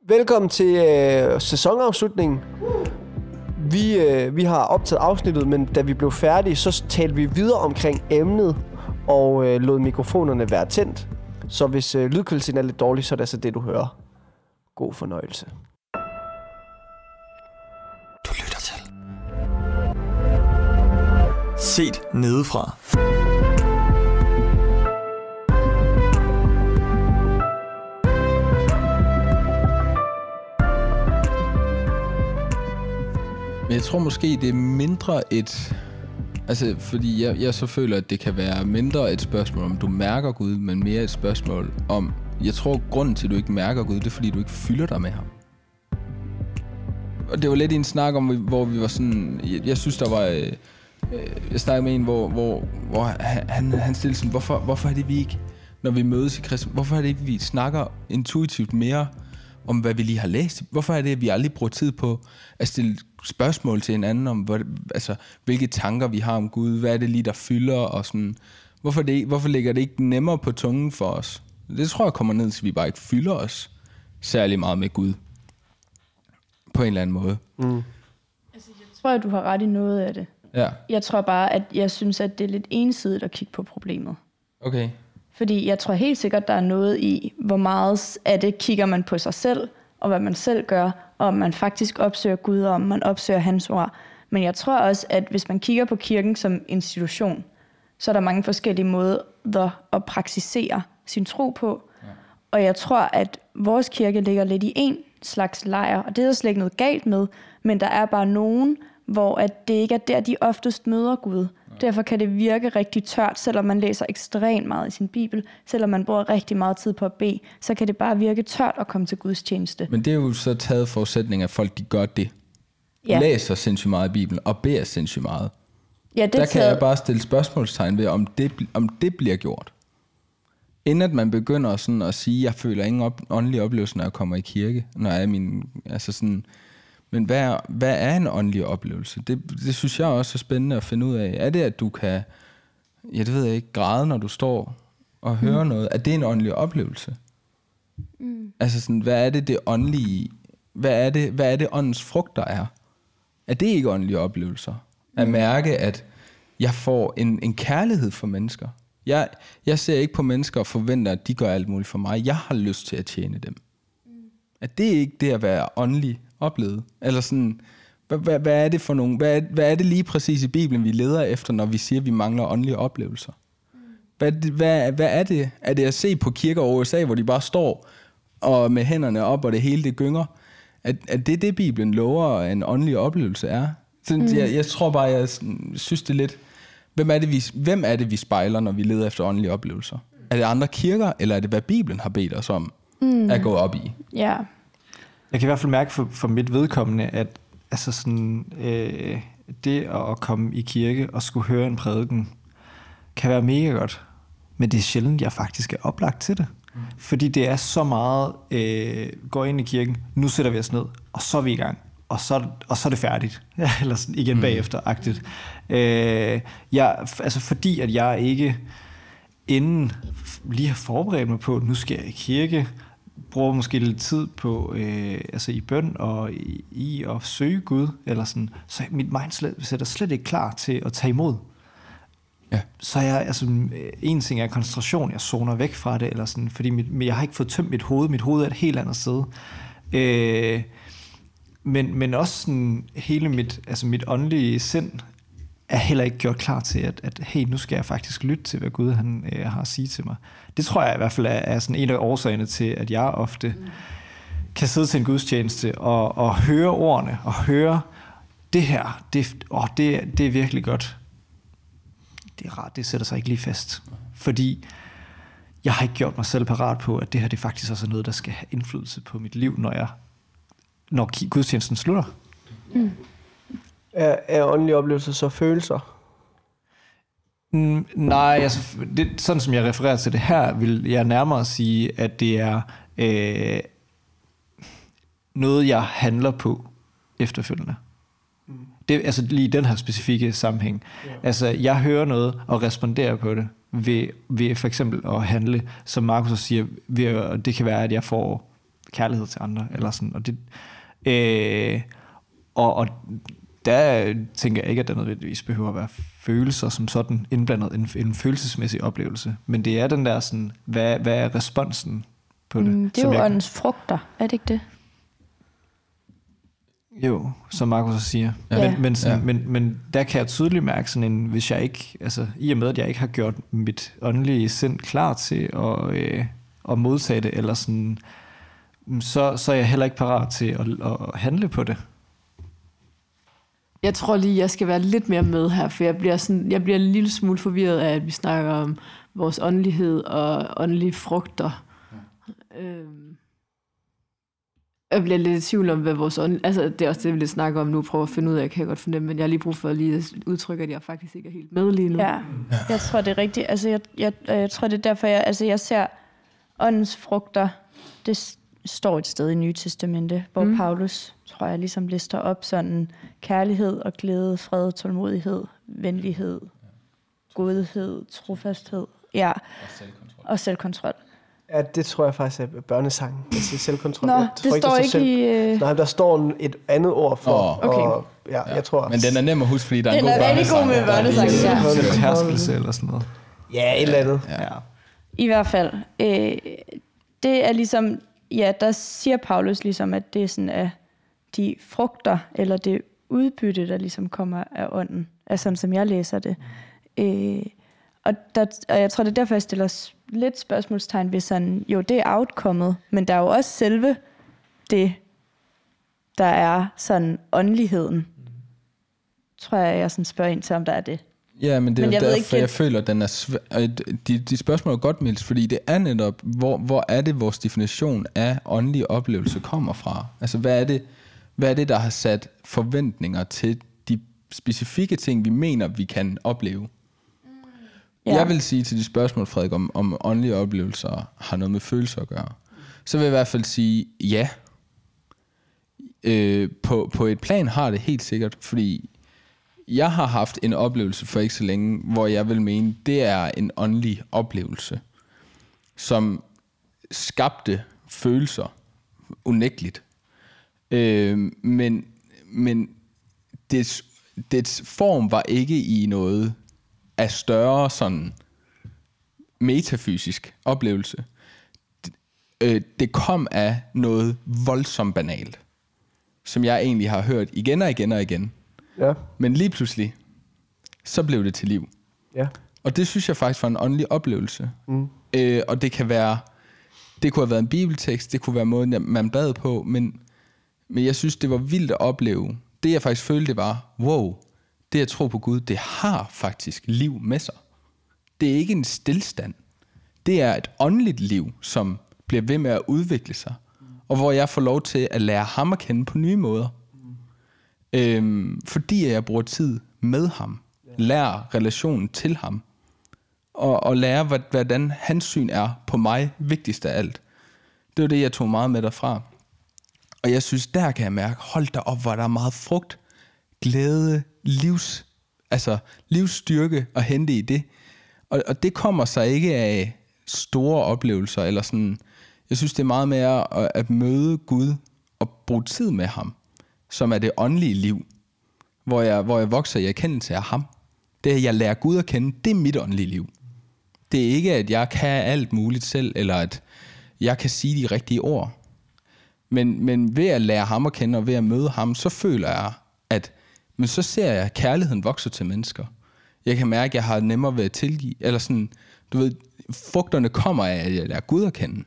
Velkommen til sæsonafslutningen. Vi har optaget afsnittet, men da vi blev færdige, så talte vi videre omkring emnet og lod mikrofonerne være tændt. Så hvis lydkvaliteten er lidt dårlig, så er det altså det, du hører. God fornøjelse. Du lytter til Set Nedefra. Men jeg tror måske, det er mindre et... Altså, fordi jeg så føler, at det kan være mindre et spørgsmål, om du mærker Gud, men mere et spørgsmål om... Jeg tror, grunden til, at du ikke mærker Gud, det er, fordi du ikke fylder dig med ham. Og det var lidt i en snak om, hvor vi var sådan... Jeg synes, der var... Jeg snakkede med en, hvor han stillede sådan... Hvorfor er det, vi ikke... Når vi mødes i kristen... Hvorfor er det ikke, vi snakker intuitivt mere om, hvad vi lige har læst? Hvorfor er det, at vi aldrig bruger tid på at stille spørgsmål til hinanden om, hvilke tanker vi har om Gud? Hvad er det lige, der fylder? Og sådan, hvorfor ligger det ikke nemmere på tungen for os? Det tror jeg kommer ned til, at vi bare ikke fylder os særlig meget med Gud. På en eller anden måde. Altså, jeg tror, at du har ret i noget af det. Ja. Jeg tror bare, at jeg synes, at det er lidt ensidigt at kigge på problemet. Okay. Fordi jeg tror helt sikkert, der er noget i, hvor meget af det kigger man på sig selv, og hvad man selv gør, og om man faktisk opsøger Gud, og om man opsøger hans ord. Men jeg tror også, at hvis man kigger på kirken som institution, så er der mange forskellige måder at praktisere sin tro på. Ja. Og jeg tror, at vores kirke ligger lidt i en slags lejr, og det er der slet ikke noget galt med, men der er bare nogen, hvor at det ikke er der, de oftest møder Gud. Derfor kan det virke rigtig tørt, selvom man læser ekstremt meget i sin bibel, selvom man bruger rigtig meget tid på at bede, så kan det bare virke tørt at komme til Guds tjeneste. Men det er jo så taget forudsætning, at folk de gør det. Ja. Læser sindssygt meget i Bibelen, og beder sindssygt meget. Ja, det der kan jeg bare stille spørgsmålstegn ved, om det bliver gjort. Inden at man begynder sådan at sige, jeg føler ingen åndelig oplevelse, når jeg kommer i kirke. Når jeg er men hvad er en åndelig oplevelse? Det synes jeg også er spændende at finde ud af. Er det, at du kan, det ved jeg ikke, græde, når du står og hører noget? Er det en åndelig oplevelse? Altså sådan, hvad er det åndelige? Hvad er det åndens frugt, der er? Er det ikke åndelige oplevelser? At mærke, at jeg får en kærlighed for mennesker. Jeg ser ikke på mennesker og forventer, at de gør alt muligt for mig. Jeg har lyst til at tjene dem. Er det ikke det at være åndelig oplevet? Eller sådan, hvad er det for nogle, hvad er det lige præcis i Bibelen, vi leder efter, når vi siger, at vi mangler åndelige oplevelser? Hvad er det? Er det at se på kirker over USA, hvor de bare står og med hænderne op, og det hele det gynger? Er det Bibelen lover, en åndelig oplevelse er? Jeg tror bare, jeg synes det lidt... Hvem er det, vi spejler, når vi leder efter åndelige oplevelser? Er det andre kirker, eller er det, hvad Bibelen har bedt os om at gå op i? Ja. Jeg kan i hvert fald mærke for mit vedkommende, at altså sådan, det at komme i kirke og skulle høre en prædiken, kan være mega godt. Men det er sjældent, jeg faktisk er oplagt til det. Fordi det er så meget, går ind i kirken, nu sætter vi os ned, og så er vi i gang. Og så er det færdigt. Eller sådan igen bagefter-agtigt. Fordi at jeg ikke inden lige har forberedt mig på, at nu skal jeg i kirke, bruger måske lidt tid på i bøn og i at søge Gud, eller sådan, så mit mindset er slet ikke klar til at tage imod. Ja. Så en ting er koncentration, jeg zoner væk fra det, eller sådan, fordi jeg har ikke fået tømt mit hoved er et helt andet sted. Men også sådan, hele mit åndelige sind er heller ikke gjort klar til, at hey, nu skal jeg faktisk lytte til, hvad Gud han har at sige til mig. Det tror jeg i hvert fald er sådan en af årsagerne til, at jeg ofte kan sidde til en gudstjeneste og høre ordene, og høre det her, det er virkelig godt. Det er rart, det sætter sig ikke lige fast. Fordi jeg har ikke gjort mig selv parat på, at det her det faktisk også er noget, der skal have indflydelse på mit liv, når gudstjenesten slutter. Er åndelige oplevelser så følelser? Nej, sådan som jeg refererer til det her, vil jeg nærmere sige, at det er noget, jeg handler på efterfølgende. Det, lige i den her specifikke sammenhæng. Ja. Jeg hører noget og responderer på det ved for eksempel at handle, som Markus siger, det kan være, at jeg får kærlighed til andre, eller sådan, og det, og der tænker jeg ikke, at der nødvendigvis behøver at være følelser som sådan indblandet en følelsesmæssig oplevelse, men det er den der sådan, hvad er responsen på det? Det er jo åndens frugter, er det ikke det? Jo, som Markus også siger. Ja. Men der kan jeg tydeligt mærke sådan en, hvis jeg ikke, altså i og med, at jeg ikke har gjort mit åndelige sind klar til at modtage det, eller sådan, så er jeg heller ikke parat til at handle på det. Jeg tror lige, jeg skal være lidt mere med her, for jeg bliver en lille smule forvirret af, at vi snakker om vores åndelighed og åndelige frugter. Jeg bliver lidt i tvivl om, hvad vores altså det er også det, vi lidt snakker om nu, prøver at finde ud af, kan jeg godt fornemme, men jeg har lige brug for at lige udtrykke, at jeg faktisk ikke er helt med lige nu. Ja, jeg tror, det er rigtigt. Altså, jeg tror, det er derfor, jeg ser åndens frugter, det står et sted i Nye Testamente, hvor Paulus, tror jeg, ligesom lister op sådan kærlighed og glæde, fred, tålmodighed, venlighed, godhed, trofasthed, ja, og selvkontrol. Ja, det tror jeg faktisk er børnesangen. Altså selvkontrol. Nå, det står ikke i... Nej, der står et andet ord for. Okay. Og, jeg tror... Men den er nem at huske, fordi der er en god Den er rigtig god med børnesang. Herskelse eller sådan noget. Ja, et eller andet. Ja. I hvert fald. Det er ligesom... Ja, der siger Paulus ligesom, at det er sådan af de frugter, eller det udbytte, der ligesom kommer af ånden. Altså sådan, som jeg læser det. Og jeg tror, det er derfor, jeg stiller lidt spørgsmålstegn ved sådan, jo, det er outcomet, men der er jo også selve det, der er sådan åndeligheden. Tror jeg sådan spørger ind til, om der er det. Ja, men det er men jo derfor, ikke, jeg føler, at den er de spørgsmål er godt, Mils, fordi det er netop, hvor er det, vores definition af åndelig oplevelse kommer fra? Altså, hvad er det, der har sat forventninger til de specifikke ting, vi mener, vi kan opleve? Ja. Jeg vil sige til de spørgsmål, Frederik, om åndelige oplevelser har noget med følelser at gøre. Så vil jeg i hvert fald sige ja. På et plan har det helt sikkert, fordi jeg har haft en oplevelse for ikke så længe, hvor jeg vil mene, det er en åndelig oplevelse, som skabte følelser unægteligt. Men dets form var ikke i noget af større sådan metafysisk oplevelse. Det kom af noget voldsomt banalt, som jeg egentlig har hørt igen og igen og igen. Ja. Men lige pludselig, så blev det til liv. Ja. Og det synes jeg faktisk var en åndelig oplevelse. Og det kunne have været en bibeltekst, det kunne være måden, man bad på, men jeg synes, det var vildt at opleve. Det jeg faktisk følte, det var, wow, det at tro på Gud, det har faktisk liv med sig. Det er ikke en stillstand. Det er et åndeligt liv, som bliver ved med at udvikle sig, og hvor jeg får lov til at lære ham at kende på nye måder. Fordi jeg bruger tid med ham, lærer relationen til ham, og lærer, hvordan hans syn er på mig vigtigst af alt. Det var det, jeg tog meget med derfra. Og jeg synes, der kan jeg mærke, hold da op, hvor der er meget frugt, glæde, livsstyrke at hente i det. Og det kommer sig ikke af store oplevelser, eller sådan. Jeg synes, det er meget mere at møde Gud og bruge tid med ham, som er det åndelige liv, hvor jeg vokser i erkendelse af ham. Det, at jeg lærer Gud at kende, det er mit åndelige liv. Det er ikke, at jeg kan alt muligt selv, eller at jeg kan sige de rigtige ord. Men ved at lære ham at kende, og ved at møde ham, så føler jeg, men så ser jeg, at kærligheden vokser til mennesker. Jeg kan mærke, at jeg har nemmere ved at tilgive, eller sådan, du ved, frugterne kommer af, at jeg lærer Gud at kende.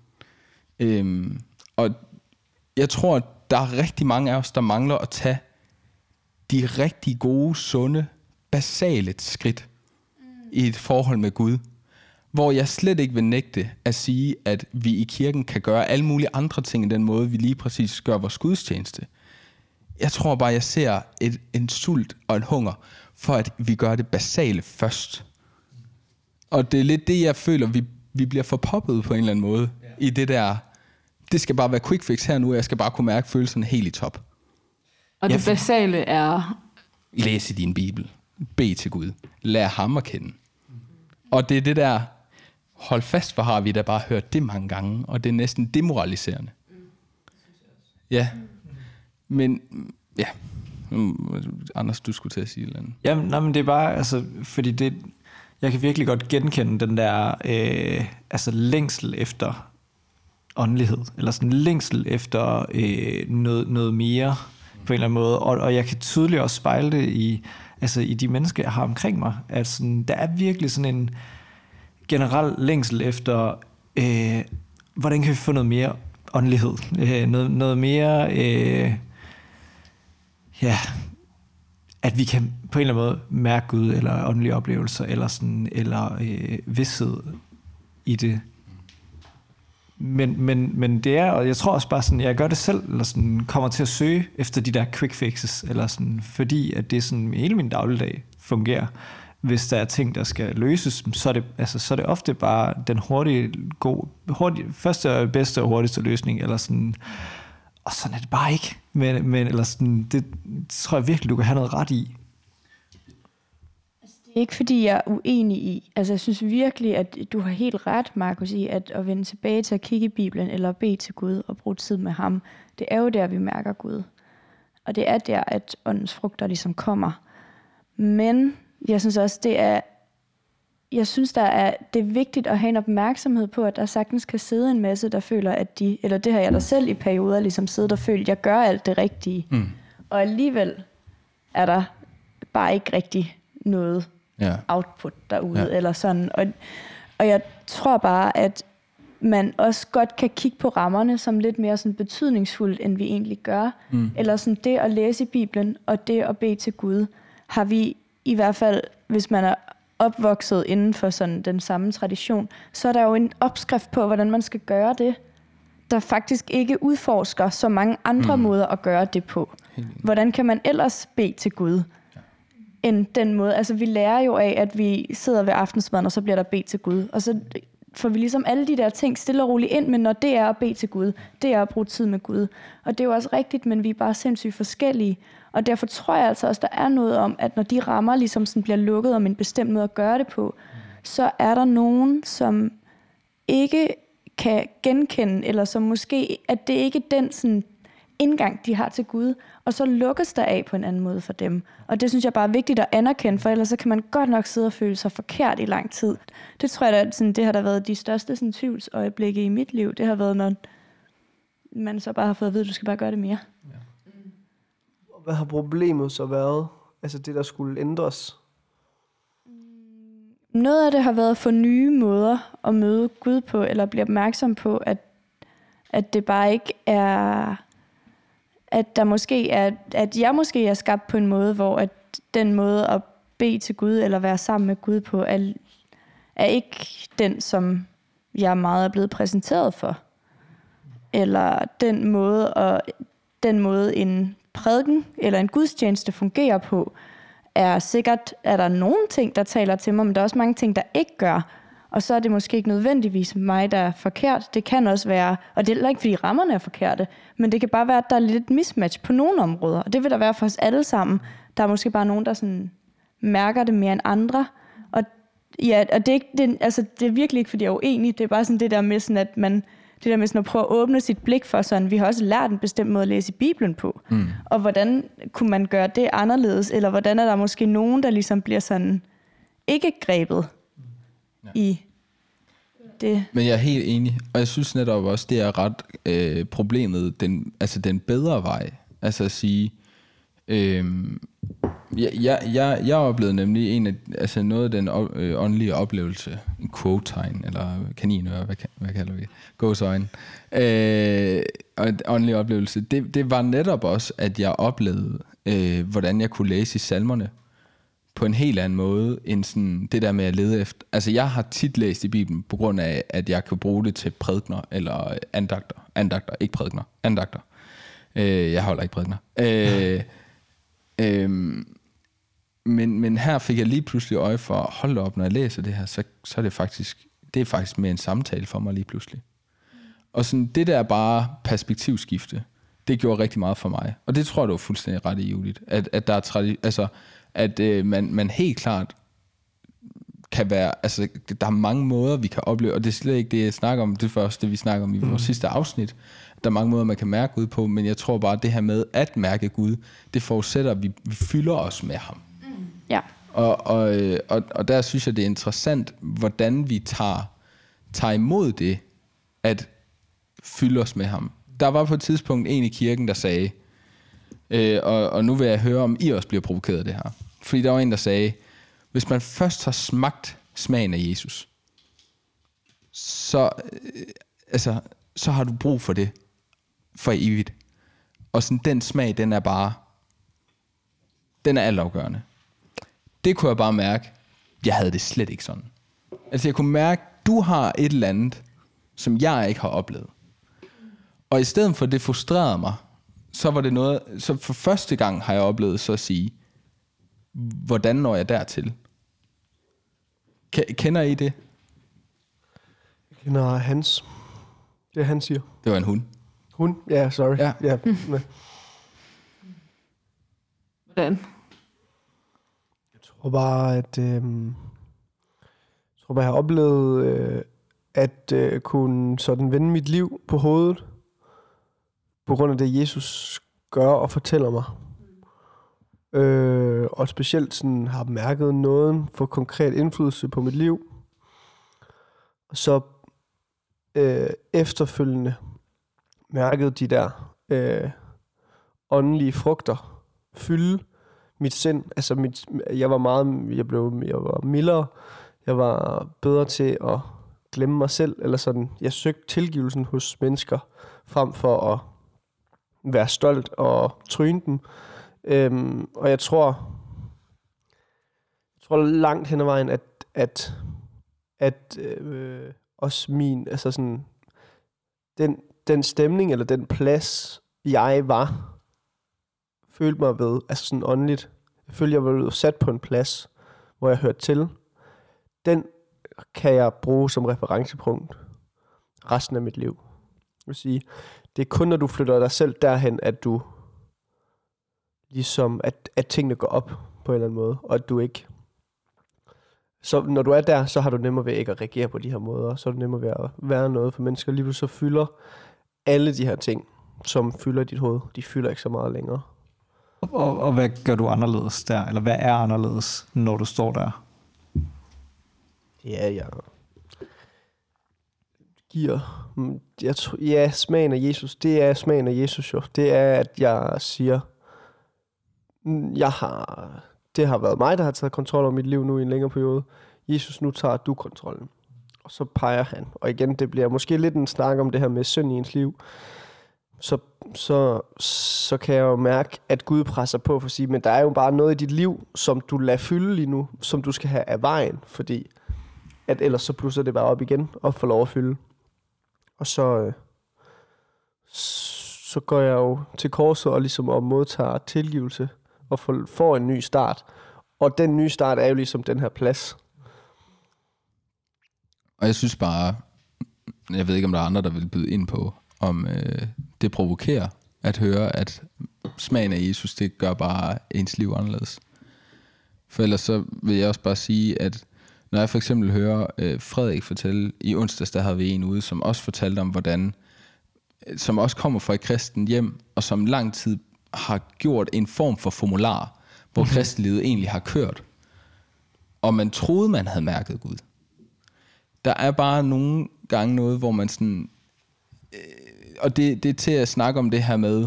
Og jeg tror, at der er rigtig mange af os, der mangler at tage de rigtig gode, sunde, basale skridt i et forhold med Gud. Hvor jeg slet ikke vil nægte at sige, at vi i kirken kan gøre alle mulige andre ting, end den måde, vi lige præcis gør vores gudstjeneste. Jeg tror bare, jeg ser en sult og en hunger, for at vi gør det basale først. Og det er lidt det, jeg føler, vi bliver forpoppet på en eller anden måde, i det der, det skal bare være quick fix her nu, og jeg skal bare kunne mærke følelserne helt i top. Og det basale er... Læs i din bibel. Bed til Gud. Lær ham at kende. Og det er det der, hold fast, hvor har vi da bare hørt det mange gange, og det er næsten demoraliserende. Ja. Men, ja. Anders, du skulle til at sige noget. Jamen, nej, men det er bare, altså, fordi jeg kan virkelig godt genkende den der, længsel efter åndelighed, eller sådan længsel efter noget mere, på en eller anden måde, og jeg kan tydeligt også spejle det i de mennesker, jeg har omkring mig, at sådan, der er virkelig sådan en generel længsel efter, hvordan kan vi få noget mere åndelighed, noget mere, at vi kan på en eller anden måde mærke Gud, eller åndelige oplevelser, eller vidshed i det. Men det er, og jeg tror også bare sådan, jeg gør det selv, eller sådan kommer til at søge efter de der quick fixes, eller sådan, fordi at det sådan hele min dagligdag fungerer. Hvis der er ting, der skal løses, så er det ofte bare den første og bedste og hurtigste løsning, eller sådan, og sådan er det bare ikke. Men eller sådan, det tror jeg virkelig, du kan have noget ret i. Det er ikke, fordi jeg er uenig i. Altså, jeg synes virkelig, at du har helt ret, Markus, i at vende tilbage til at kigge i Bibelen, eller bede til Gud og bruge tid med ham. Det er jo der, vi mærker Gud. Og det er der, at åndens frugter ligesom kommer. Men jeg synes også, det er vigtigt at have en opmærksomhed på, at der sagtens kan sidde en masse, der føler, at eller det har jeg da selv i perioder ligesom siddet og følt, at jeg gør alt det rigtige. Og alligevel er der bare ikke rigtig noget output derude, eller sådan. Og jeg tror bare, at man også godt kan kigge på rammerne som lidt mere sådan betydningsfuldt, end vi egentlig gør. Eller sådan det at læse i Bibelen, og det at bede til Gud, har vi i hvert fald, hvis man er opvokset inden for sådan den samme tradition, så er der jo en opskrift på, hvordan man skal gøre det, der faktisk ikke udforsker så mange andre måder at gøre det på. Hvordan kan man ellers bede til Gud, end den måde? Altså, vi lærer jo af, at vi sidder ved aftensmaden, og så bliver der bedt til Gud. Og så får vi ligesom alle de der ting stille og roligt ind, men når det er at bede til Gud, det er at bruge tid med Gud. Og det er jo også rigtigt, men vi er bare sindssygt forskellige. Og derfor tror jeg altså også, der er noget om, at når de rammer ligesom sådan bliver lukket om en bestemt måde at gøre det på, så er der nogen, som ikke kan genkende, eller som måske, at det ikke er den sådan indgang, de har til Gud, og så lukkes der af på en anden måde for dem. Og det synes jeg bare er vigtigt at anerkende, for ellers så kan man godt nok sidde og føle sig forkert i lang tid. Det tror jeg, at sådan, det har der været de største sådan, tvivlsøjeblikke i mit liv. Det har været, når man så bare har fået at vide, at du skal bare gøre det mere. Ja. Hvad har problemet så været? Altså det, der skulle ændres? Noget af det har været at få nye måder at møde Gud på, eller blive opmærksom på, at det bare ikke er, at der måske er, at jeg måske er skabt på en måde, hvor at den måde at bede til Gud, eller være sammen med Gud på, er ikke den, som jeg meget er blevet præsenteret for. Eller den måde en prædiken eller en gudstjeneste fungerer på, er sikkert, er der nogle ting, der taler til mig, men der er også mange ting, der ikke gør. Og så er det måske ikke nødvendigvis mig, der er forkert. Det kan også være, og det er heller ikke, fordi rammerne er forkerte, men det kan bare være, at der er lidt mismatch på nogle områder. Og det vil der være for os alle sammen. Der er måske bare nogen, der sådan mærker det mere end andre. Og ja, og det er, ikke, det er virkelig ikke, fordi jeg er uenig. Det er bare sådan det der med, sådan, at man... Det der med sådan at prøve at åbne sit blik for sådan, vi har også lært en bestemt måde at læse i Bibelen på. Og hvordan kunne man gøre det anderledes? Eller hvordan er der måske nogen, der ligesom bliver sådan ikke grebet i det? Men jeg er helt enig. Og jeg synes netop også, det er ret problemet, den bedre vej. Altså at sige, jeg oplevede nemlig noget af den åndelige oplevelse, en quote-tegn, eller kaninører, hvad kalder vi det? Gåseøjne. Og en åndelig oplevelse, det var netop også, at jeg oplevede, hvordan jeg kunne læse i salmerne på en helt anden måde, end sådan det der med at lede efter. Altså, jeg har tit læst i Bibelen, på grund af, at jeg kan bruge det til prædikener, eller andagter, ikke prædikener, andagter. Jeg holder ikke prædikener. Men her fik jeg lige pludselig øje for, hold op, når jeg læser det her, så er det faktisk mere en samtale for mig lige pludselig. Og sådan, det der bare perspektivskifte, det gjorde rigtig meget for mig. Og det tror jeg, du er fuldstændig ret i, Judith. At der er at man helt klart kan være, altså der er mange måder, vi kan opleve, og det er slet ikke det, jeg snakker om, det første, vi snakker om i vores sidste afsnit. der er mange måder, man kan mærke Gud på, men jeg tror bare, at det her med at mærke Gud, det forudsætter, at vi fylder os med ham. Ja. Og der synes jeg, det er interessant, hvordan vi tager imod det, at fylde os med ham. Der var på et tidspunkt en i kirken, der sagde, og nu vil jeg høre, om I også bliver provokeret af det her. Fordi der var en, der sagde, hvis man først har smagt smagen af Jesus, så har du brug for det for evigt. Og sådan, den smag, den er altafgørende. Det kunne jeg bare mærke, jeg havde det slet ikke sådan. Altså jeg kunne mærke, du har et eller andet, som jeg ikke har oplevet. Og i stedet for det frustrerede mig, så var det noget, så for første gang har jeg oplevet så at sige, hvordan når jeg dertil? Kender I det? Jeg kender Hans. Det han siger. Det var en hund. Hun? Ja, sorry. Ja. Ja. Hvordan? Jeg tror bare, at jeg har oplevet at kunne sådan vende mit liv på hovedet på grund af det, Jesus gør og fortæller mig. Og specielt sådan har mærket noget for konkret indflydelse på mit liv. Og så efterfølgende mærket de der åndelige frugter fylde mit sind. Altså jeg var mildere. Jeg var bedre til at glemme mig selv, eller sådan. Jeg søgte tilgivelsen hos mennesker, frem for at være stolt og tryne dem. Og jeg tror langt hen ad vejen, at også min, altså sådan, den stemning, eller den plads, jeg følte mig ved, altså sådan åndeligt. Jeg følte, jeg var blevet sat på en plads, hvor jeg hørte til. Den kan jeg bruge som referencepunkt resten af mit liv. Jeg vil sige, det er kun, når du flytter dig selv derhen, at du ligesom, at tingene går op på en eller anden måde, og at du ikke... Så når du er der, så har du nemmere ved ikke at reagere på de her måder, så er du nemmere ved at være noget for mennesker. Lige pludselig så fylder alle de her ting, som fylder dit hoved, de fylder ikke så meget længere. Og hvad gør du anderledes der? Eller hvad er anderledes, når du står der? Ja, giver... smagen af Jesus, det er smagen af Jesus jo. Det er, at jeg siger, det har været mig, der har taget kontrol over mit liv nu i en længere periode. Jesus, nu tager du kontrollen. Og så peger han. Og igen, det bliver måske lidt en snak om det her med synd i ens liv. Så kan jeg jo mærke, at Gud presser på for at sige, men der er jo bare noget i dit liv, som du lader fylde lige nu, som du skal have af vejen, fordi at ellers så plusser det bare op igen og får lov at fylde. Og så går jeg jo til korset og ligesom og modtager tilgivelse og får en ny start. Og den nye start er jo ligesom den her plads. Og jeg synes bare, jeg ved ikke om der er andre, der vil byde ind på, om det provokerer at høre, at smagen af Jesus, det gør bare ens liv anderledes. For ellers så vil jeg også bare sige, at når jeg for eksempel hører Frederik fortælle, i onsdags der havde vi en ude, som også fortalte om, hvordan, som også kommer fra et kristent hjem, og som lang tid har gjort en form for formular, hvor kristenlivet egentlig har kørt. Og man troede, man havde mærket Gud. Der er bare nogle gange noget, hvor man sådan... og det er til at snakke om det her med...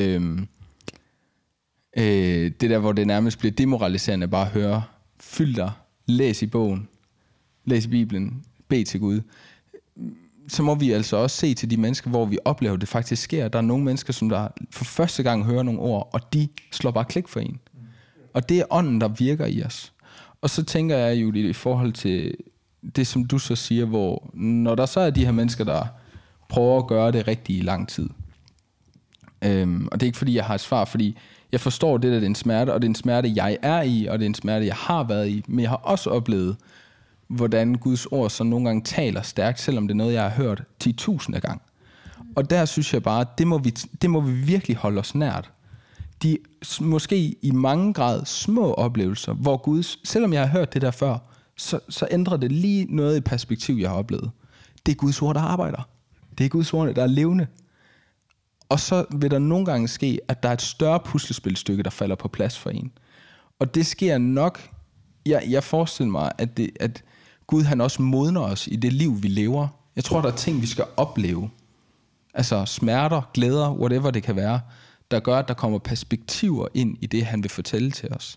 det der, hvor det nærmest bliver demoraliserende, bare at høre, fyld dig, læs i bogen, læs i Bibelen, bed til Gud. Så må vi altså også se til de mennesker, hvor vi oplever, at det faktisk sker. Der er nogle mennesker, som der for første gang hører nogle ord, og de slår bare klik for en. Og det er ånden, der virker i os. Og så tænker jeg jo i forhold til det, som du så siger, hvor når der så er de her mennesker, der prøver at gøre det rigtigt i lang tid. Og det er ikke fordi, jeg har et svar, fordi jeg forstår det, at det er en smerte, og det er en smerte, jeg er i, og det er en smerte, jeg har været i. Men jeg har også oplevet, hvordan Guds ord så nogle gange taler stærkt, selvom det er noget, jeg har hørt 10.000 gange. Og der synes jeg bare, at det må vi virkelig holde os nært. De måske i mange grad små oplevelser, hvor Gud, selvom jeg har hørt det der før, så ændrer det lige noget i perspektiv, jeg har oplevet. Det er Guds ord, der arbejder. Det er Guds ord, der er levende. Og så vil der nogle gange ske, at der er et større puslespilstykke, der falder på plads for en. Og det sker nok, jeg forestiller mig, at Gud han også modner os i det liv, vi lever. Jeg tror, der er ting, vi skal opleve. Altså smerter, glæder, whatever det kan være, der gør, at der kommer perspektiver ind i det, han vil fortælle til os.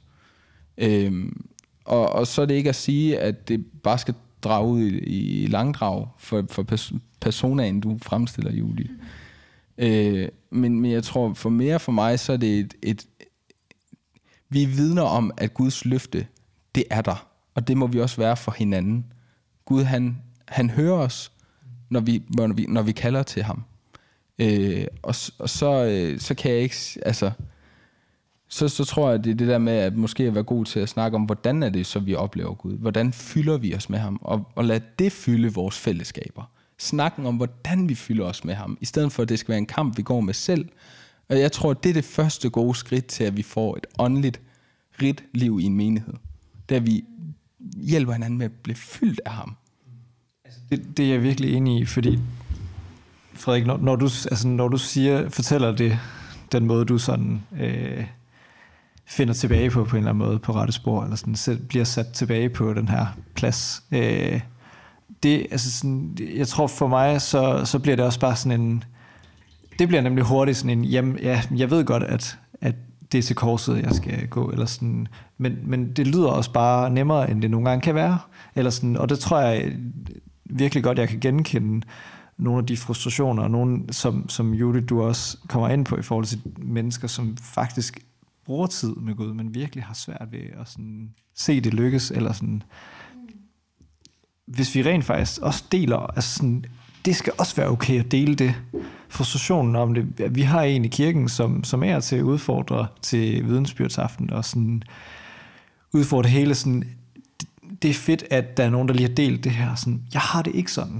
Og så er det ikke at sige, at det bare skal drage ud i langdrag for personaen, du fremstiller, Julie. Men jeg tror, for mig, så er det vi er vidner om, at Guds løfte, det er der. Og det må vi også være for hinanden. Gud, han hører os, når vi kalder til ham. Og så kan jeg ikke, altså, så tror jeg, det er det der med, at måske at være god til at snakke om, hvordan er det, så vi oplever Gud. Hvordan fylder vi os med ham? Og lad det fylde vores fællesskaber. Snakken om, hvordan vi fylder os med ham, i stedet for, at det skal være en kamp, vi går med selv. Og jeg tror, det er det første gode skridt til, at vi får et åndeligt, rigt liv i en menighed. Det er, at vi hjælper hinanden med at blive fyldt af ham. Altså, det er jeg virkelig enig i, fordi Frederik, når du fortæller det, den måde, du sådan finder tilbage på en eller anden måde på rette spor, eller sådan bliver sat tilbage på den her plads. Jeg tror for mig, så bliver det også bare sådan en, det bliver nemlig hurtigt sådan en, jamen, ja, jeg ved godt, at det er til korset, jeg skal gå, eller sådan, men det lyder også bare nemmere, end det nogle gange kan være, eller sådan, og det tror jeg virkelig godt, jeg kan genkende nogle af de frustrationer, og nogle, som Julie, du også kommer ind på, i forhold til mennesker, som faktisk bruger tid med Gud, men virkelig har svært ved at sådan se det lykkes, eller sådan, hvis vi rent faktisk også deler, altså sådan, det skal også være okay at dele det, frustrationen om det. Vi har en i kirken, som er til at udfordre til vidensbyrdsaften, og sådan udfordre hele sådan, det er fedt, at der er nogen, der lige har delt det her, sådan, jeg har det ikke sådan.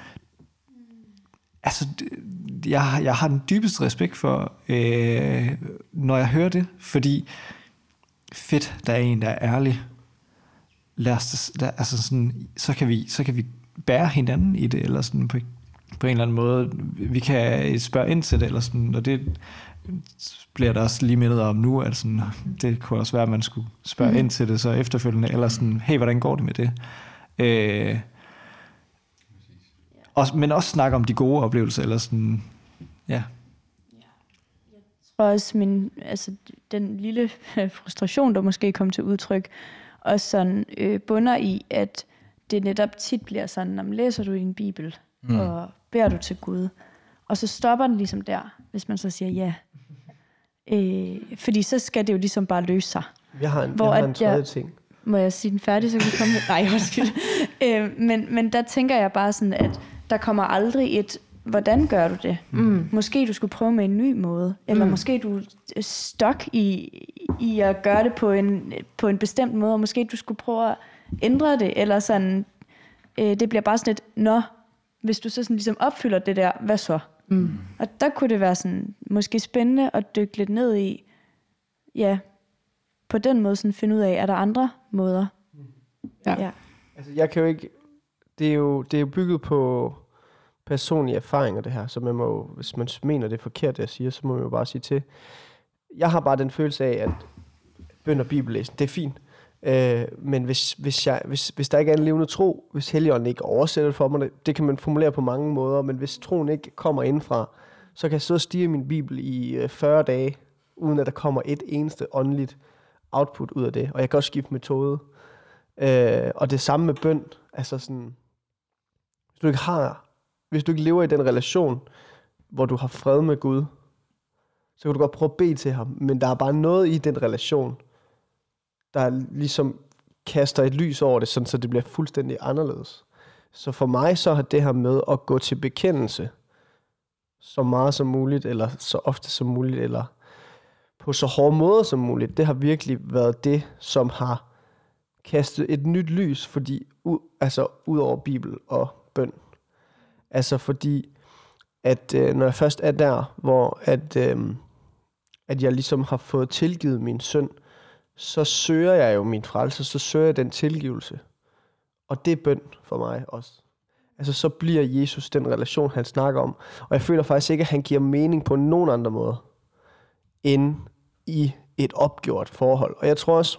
Altså, jeg har den dybeste respekt for, når jeg hører det, fordi fedt, der er en, der er ærlig. Lad os, altså sådan, så kan vi bære hinanden i det, eller sådan på en eller anden måde. Vi kan spørge ind til det, eller sådan, og det bliver der også lige mindet om nu, at sådan, det kunne også være, at man skulle spørge ind til det så efterfølgende, eller sådan, hey, hvordan går det med det? Men også snakke om de gode oplevelser, eller sådan, ja. Jeg tror også, den lille frustration, der måske kom til udtryk, også sådan bunder i, at det netop tit bliver sådan, når man læser du i en bibel, og beder du til Gud, og så stopper den ligesom der, hvis man så siger ja. Fordi så skal det jo ligesom bare løse sig. Jeg har en tredje ting. Må jeg sige den færdig, så kan vi komme med? Nej, undskyld. Men der tænker jeg bare sådan, at der kommer aldrig et, hvordan gør du det? Måske du skulle prøve med en ny måde, eller måske du er stok i at gøre det på en bestemt måde, og måske du skulle prøve at ændre det, eller sådan, det bliver bare sådan et, hvis du så sådan ligesom opfylder det der, hvad så? Og der kunne det være sådan, måske spændende at dykke lidt ned i, ja, på den måde sådan finde ud af, er der andre måder? Ja. Altså, jeg kan jo ikke, det er jo bygget på personlige erfaringer, det her, så man må, hvis man mener det er forkert, det jeg siger, så må man jo bare sige til. Jeg har bare den følelse af, at bøn og bibellæsning, det er fint. Men hvis der ikke er en levende tro, hvis Helligånden ikke oversætter det for mig, det kan man formulere på mange måder, men hvis troen ikke kommer indfra, så kan jeg sidde og stige min bibel i 40 dage, uden at der kommer et eneste åndeligt output ud af det. Og jeg kan også skifte metode. Og det samme med bøn. Altså sådan, hvis du ikke lever i den relation, hvor du har fred med Gud, så kan du godt prøve at bede til ham, men der er bare noget i den relation, der ligesom kaster et lys over det, sådan så det bliver fuldstændig anderledes. Så for mig så har det her med at gå til bekendelse, så meget som muligt, eller så ofte som muligt, eller på så hårde måder som muligt, det har virkelig været det, som har kastet et nyt lys, fordi ud over Bibel og bøn. Altså fordi, at når jeg først er der, hvor at jeg ligesom har fået tilgivet min synd, så søger jeg jo min frelse, så søger jeg den tilgivelse. Og det er bøn for mig også. altså så bliver Jesus den relation, han snakker om. Og jeg føler faktisk ikke, at han giver mening på nogen andre måder, end i et opgjort forhold. Og jeg tror også,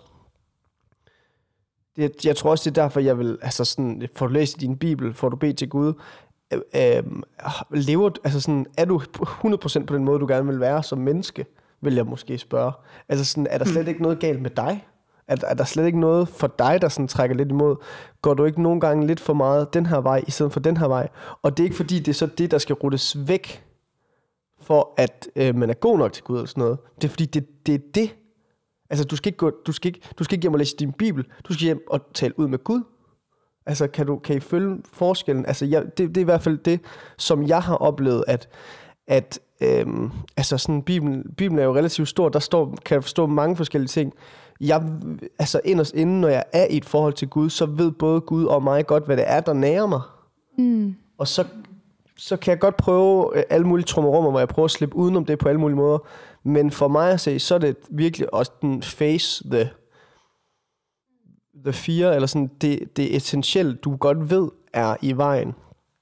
det er derfor, jeg vil, altså sådan, får du læst i din bibel, får du bedt til Gud, lever, altså sådan, er du 100% på den måde, du gerne vil være som menneske, vil jeg måske spørge. Altså sådan, er der slet ikke noget galt med dig? Er der slet ikke noget for dig, der sådan trækker lidt imod? Går du ikke nogle gange lidt for meget den her vej, i stedet for den her vej? Og det er ikke fordi, det er så det, der skal rutes væk, for at man er god nok til Gud eller sådan noget. Det er fordi, det er det. Altså, du skal ikke hjem og læse din bibel. Du skal hjem og tale ud med Gud. Altså, kan I følge forskellen? Altså, det er i hvert fald det, som jeg har oplevet, at altså sådan, Bibelen er jo relativt stor. Kan jeg forstå mange forskellige ting. Altså inderst inden, når jeg er i et forhold til Gud, så ved både Gud og mig godt, hvad det er, der nærer mig. Og så kan jeg godt prøve alle mulige trummerummer, hvor jeg prøver at slippe udenom det på alle mulige måder. Men for mig at se, så er det virkelig også den face the fear, eller sådan det essentielle, du godt ved, er i vejen.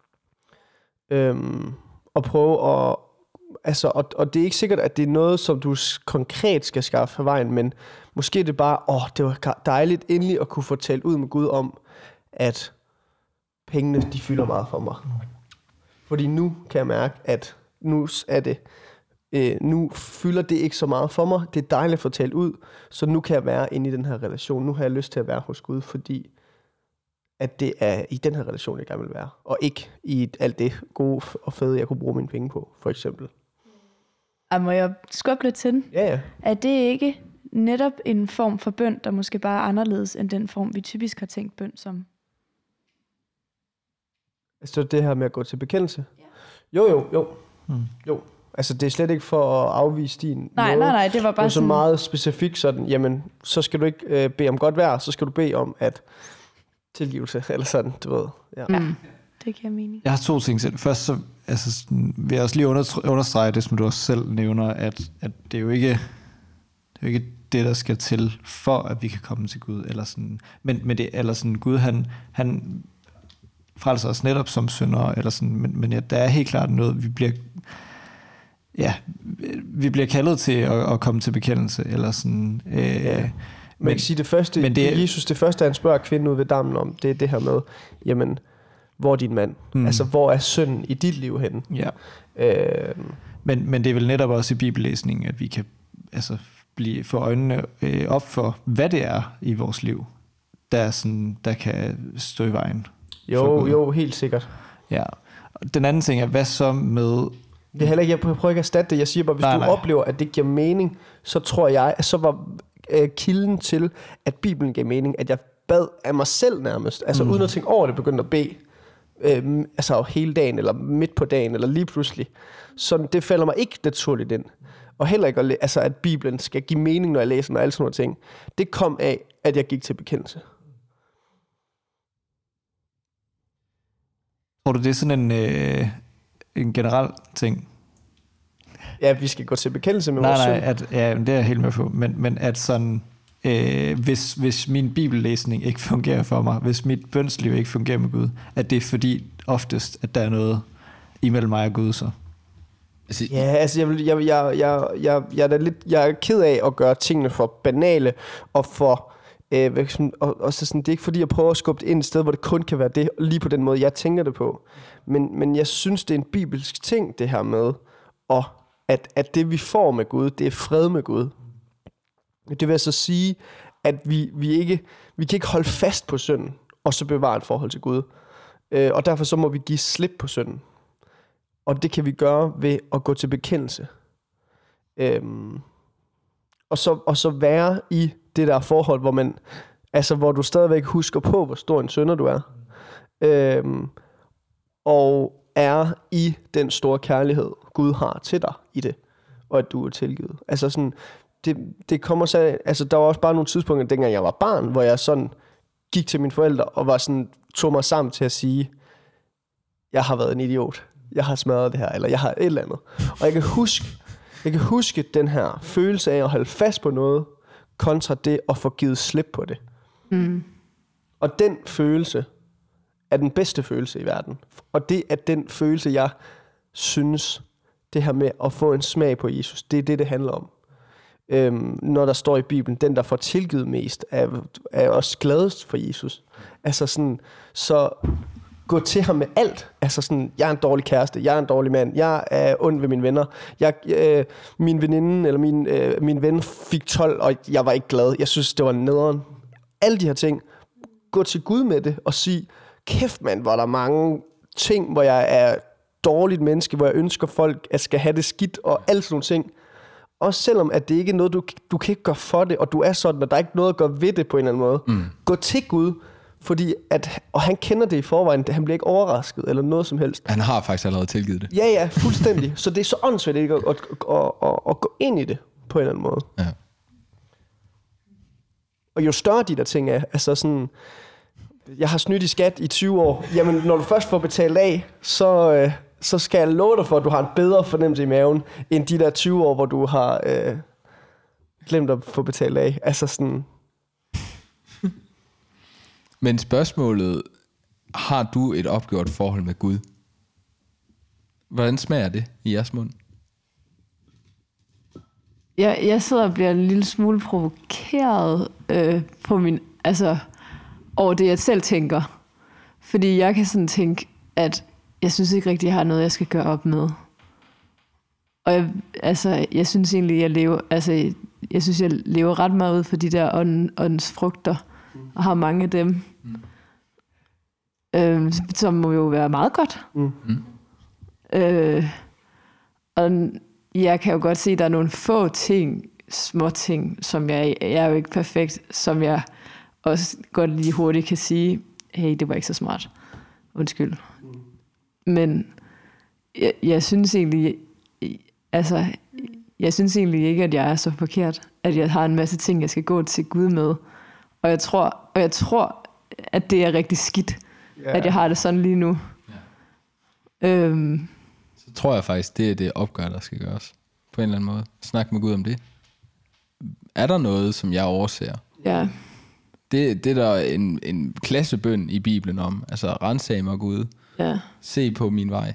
Og prøve at... Altså, og det er ikke sikkert, at det er noget, som du konkret skal skaffe af vejen, men måske er det bare, det var dejligt endelig at kunne få talt ud med Gud om, at pengene, de fylder meget for mig. Fordi nu kan jeg mærke, at nu fylder det ikke så meget for mig. Det er dejligt at få talt ud, så nu kan jeg være inde i den her relation. Nu har jeg lyst til at være hos Gud, fordi at det er i den her relation, jeg gerne vil være. Og ikke i alt det gode og fede, jeg kunne bruge mine penge på, for eksempel. Må jeg skubbe lidt til den? Ja. Er det ikke netop en form for bøn, der måske bare er anderledes end den form, vi typisk har tænkt bøn som? Altså det her med at gå til bekendelse? Ja. Jo. Altså det er slet ikke for at afvise din Nej, det var bare det så meget specifikt sådan, jamen, så skal du ikke bede om godt vejr, så skal du bede om at tilgivelse, eller sådan, du ved. Ja. Det giver mening. Jeg har 2 ting til. Først så vil jeg også lige understrege det, som du også selv nævner, at det er jo ikke det, der skal til, for at vi kan komme til Gud. Eller sådan. Men det, eller sådan, Gud, han frelser os netop som syndere, eller sådan, men ja, der er helt klart noget, vi bliver kaldet til at komme til bekendelse, eller sådan. Men sige det første, men det, Jesus, det første, han spørger kvinden ud ved dammen om, det er det her med, jamen, hvor er din mand? Altså, hvor er synden i dit liv henne? Ja. Men det er vel netop også i bibellæsningen, at vi kan få øjnene op for, hvad det er i vores liv, der kan stå i vejen. Jo, helt sikkert. Ja. Den anden ting er, hvad så med... Det er heller ikke, jeg prøver ikke at erstatte det. Jeg siger bare, hvis du oplever, at det giver mening, så tror jeg, at så var kilden til, at Bibelen gav mening, at jeg bad af mig selv nærmest. Altså uden at tænke over det, begyndte at bede. Altså hele dagen, eller midt på dagen, eller lige pludselig. Så det falder mig ikke naturligt ind. Og heller ikke, at Bibelen skal give mening, når jeg læser den, og alle sådan nogle ting. Det kom af, at jeg gik til bekendelse. Tror du, det er sådan en generel ting? Ja, vi skal gå til bekendelse med vores synd. Det er jeg helt med på. Men at sådan, hvis min bibellæsning ikke fungerer for mig, hvis mit bønsliv ikke fungerer med Gud, at det er fordi oftest, at der er noget imellem mig og Gud så. Ja, altså jeg er ked af at gøre tingene for banale og for og så sådan, det er ikke fordi jeg prøver at skubbe det ind et sted, hvor det kun kan være det lige på den måde jeg tænker det på, men jeg synes det er en bibelsk ting det her med og at det vi får med Gud, det er fred med Gud. Det vil altså sige at vi kan ikke holde fast på synden og så bevare et forhold til Gud, og derfor så må vi give slip på synden. Og det kan vi gøre ved at gå til bekendelse. Og så være i det der forhold, hvor man, altså hvor du stadigvæk husker på, hvor stor en synder du er. Og er i den store kærlighed, Gud har til dig i det. Og at du er tilgivet. Altså sådan, det kommer så, altså der var også bare nogle tidspunkter, dengang jeg var barn, hvor jeg sådan gik til mine forældre og var sådan, tog mig sammen til at sige, jeg har været en idiot. Jeg har smadret det her, eller jeg har et eller andet. Og jeg kan huske den her følelse af at holde fast på noget, kontra det at få givet slip på det. Og den følelse er den bedste følelse i verden. Og det er den følelse, jeg synes, det her med at få en smag på Jesus, det er det handler om. Når der står i Bibelen, den der får tilgivet mest, er også gladest for Jesus. Altså sådan, så gå til ham med alt. Altså sådan, jeg er en dårlig kæreste, jeg er en dårlig mand, jeg er ond ved mine venner, min veninde eller min ven fik 12, og jeg var ikke glad. Jeg synes, det var nederen. Alle de her ting. Gå til Gud med det og sige, kæft mand, hvor der mange ting, hvor jeg er dårligt menneske, hvor jeg ønsker folk, at skal have det skidt, og alt sådan nogle ting. Også selvom, at det ikke er noget, du kan ikke gøre for det, og du er sådan, og der er ikke noget at gøre ved det på en eller anden måde. Gå til Gud, fordi og han kender det i forvejen, han bliver ikke overrasket, eller noget som helst. Han har faktisk allerede tilgivet det. Ja, fuldstændig. Så det er så åndssvagt ikke at gå ind i det, på en eller anden måde. Ja. Og jo større de der ting er, altså sådan, jeg har snydt i skat i 20 år, jamen når du først får betalt af, så skal jeg love dig for, at du har en bedre fornemmelse i maven, end de der 20 år, hvor du har glemt at få betalt af. Altså sådan. Men spørgsmålet, har du et opgjort forhold med Gud? Hvordan smager det i jeres mund? Jeg sidder og bliver en lille smule provokeret på over det, jeg selv tænker. Fordi jeg kan sådan tænke, at jeg synes ikke rigtig, jeg har noget, jeg skal gøre op med. Og jeg synes egentlig, jeg lever ret meget ud for de der åndens frugter, og har mange af dem, som må jo være meget godt. Og jeg kan jo godt se, at der er nogle få ting, små ting, som jeg er jo ikke perfekt, som jeg også godt lige hurtigt kan sige, hey, det var ikke så smart. Undskyld. Men jeg synes egentlig, ikke, at jeg er så forkert, at jeg har en masse ting, jeg skal gå til Gud med. Og jeg tror, at det er rigtig skidt, at jeg har det sådan lige nu. Så tror jeg faktisk, det er det opgør, der skal gøres. På en eller anden måde. Snak med Gud om det. Er der noget, som jeg overser? Ja. Det er der en klassebøn i Bibelen om. Altså, rensag mig, Gud. Ja. Se på min vej.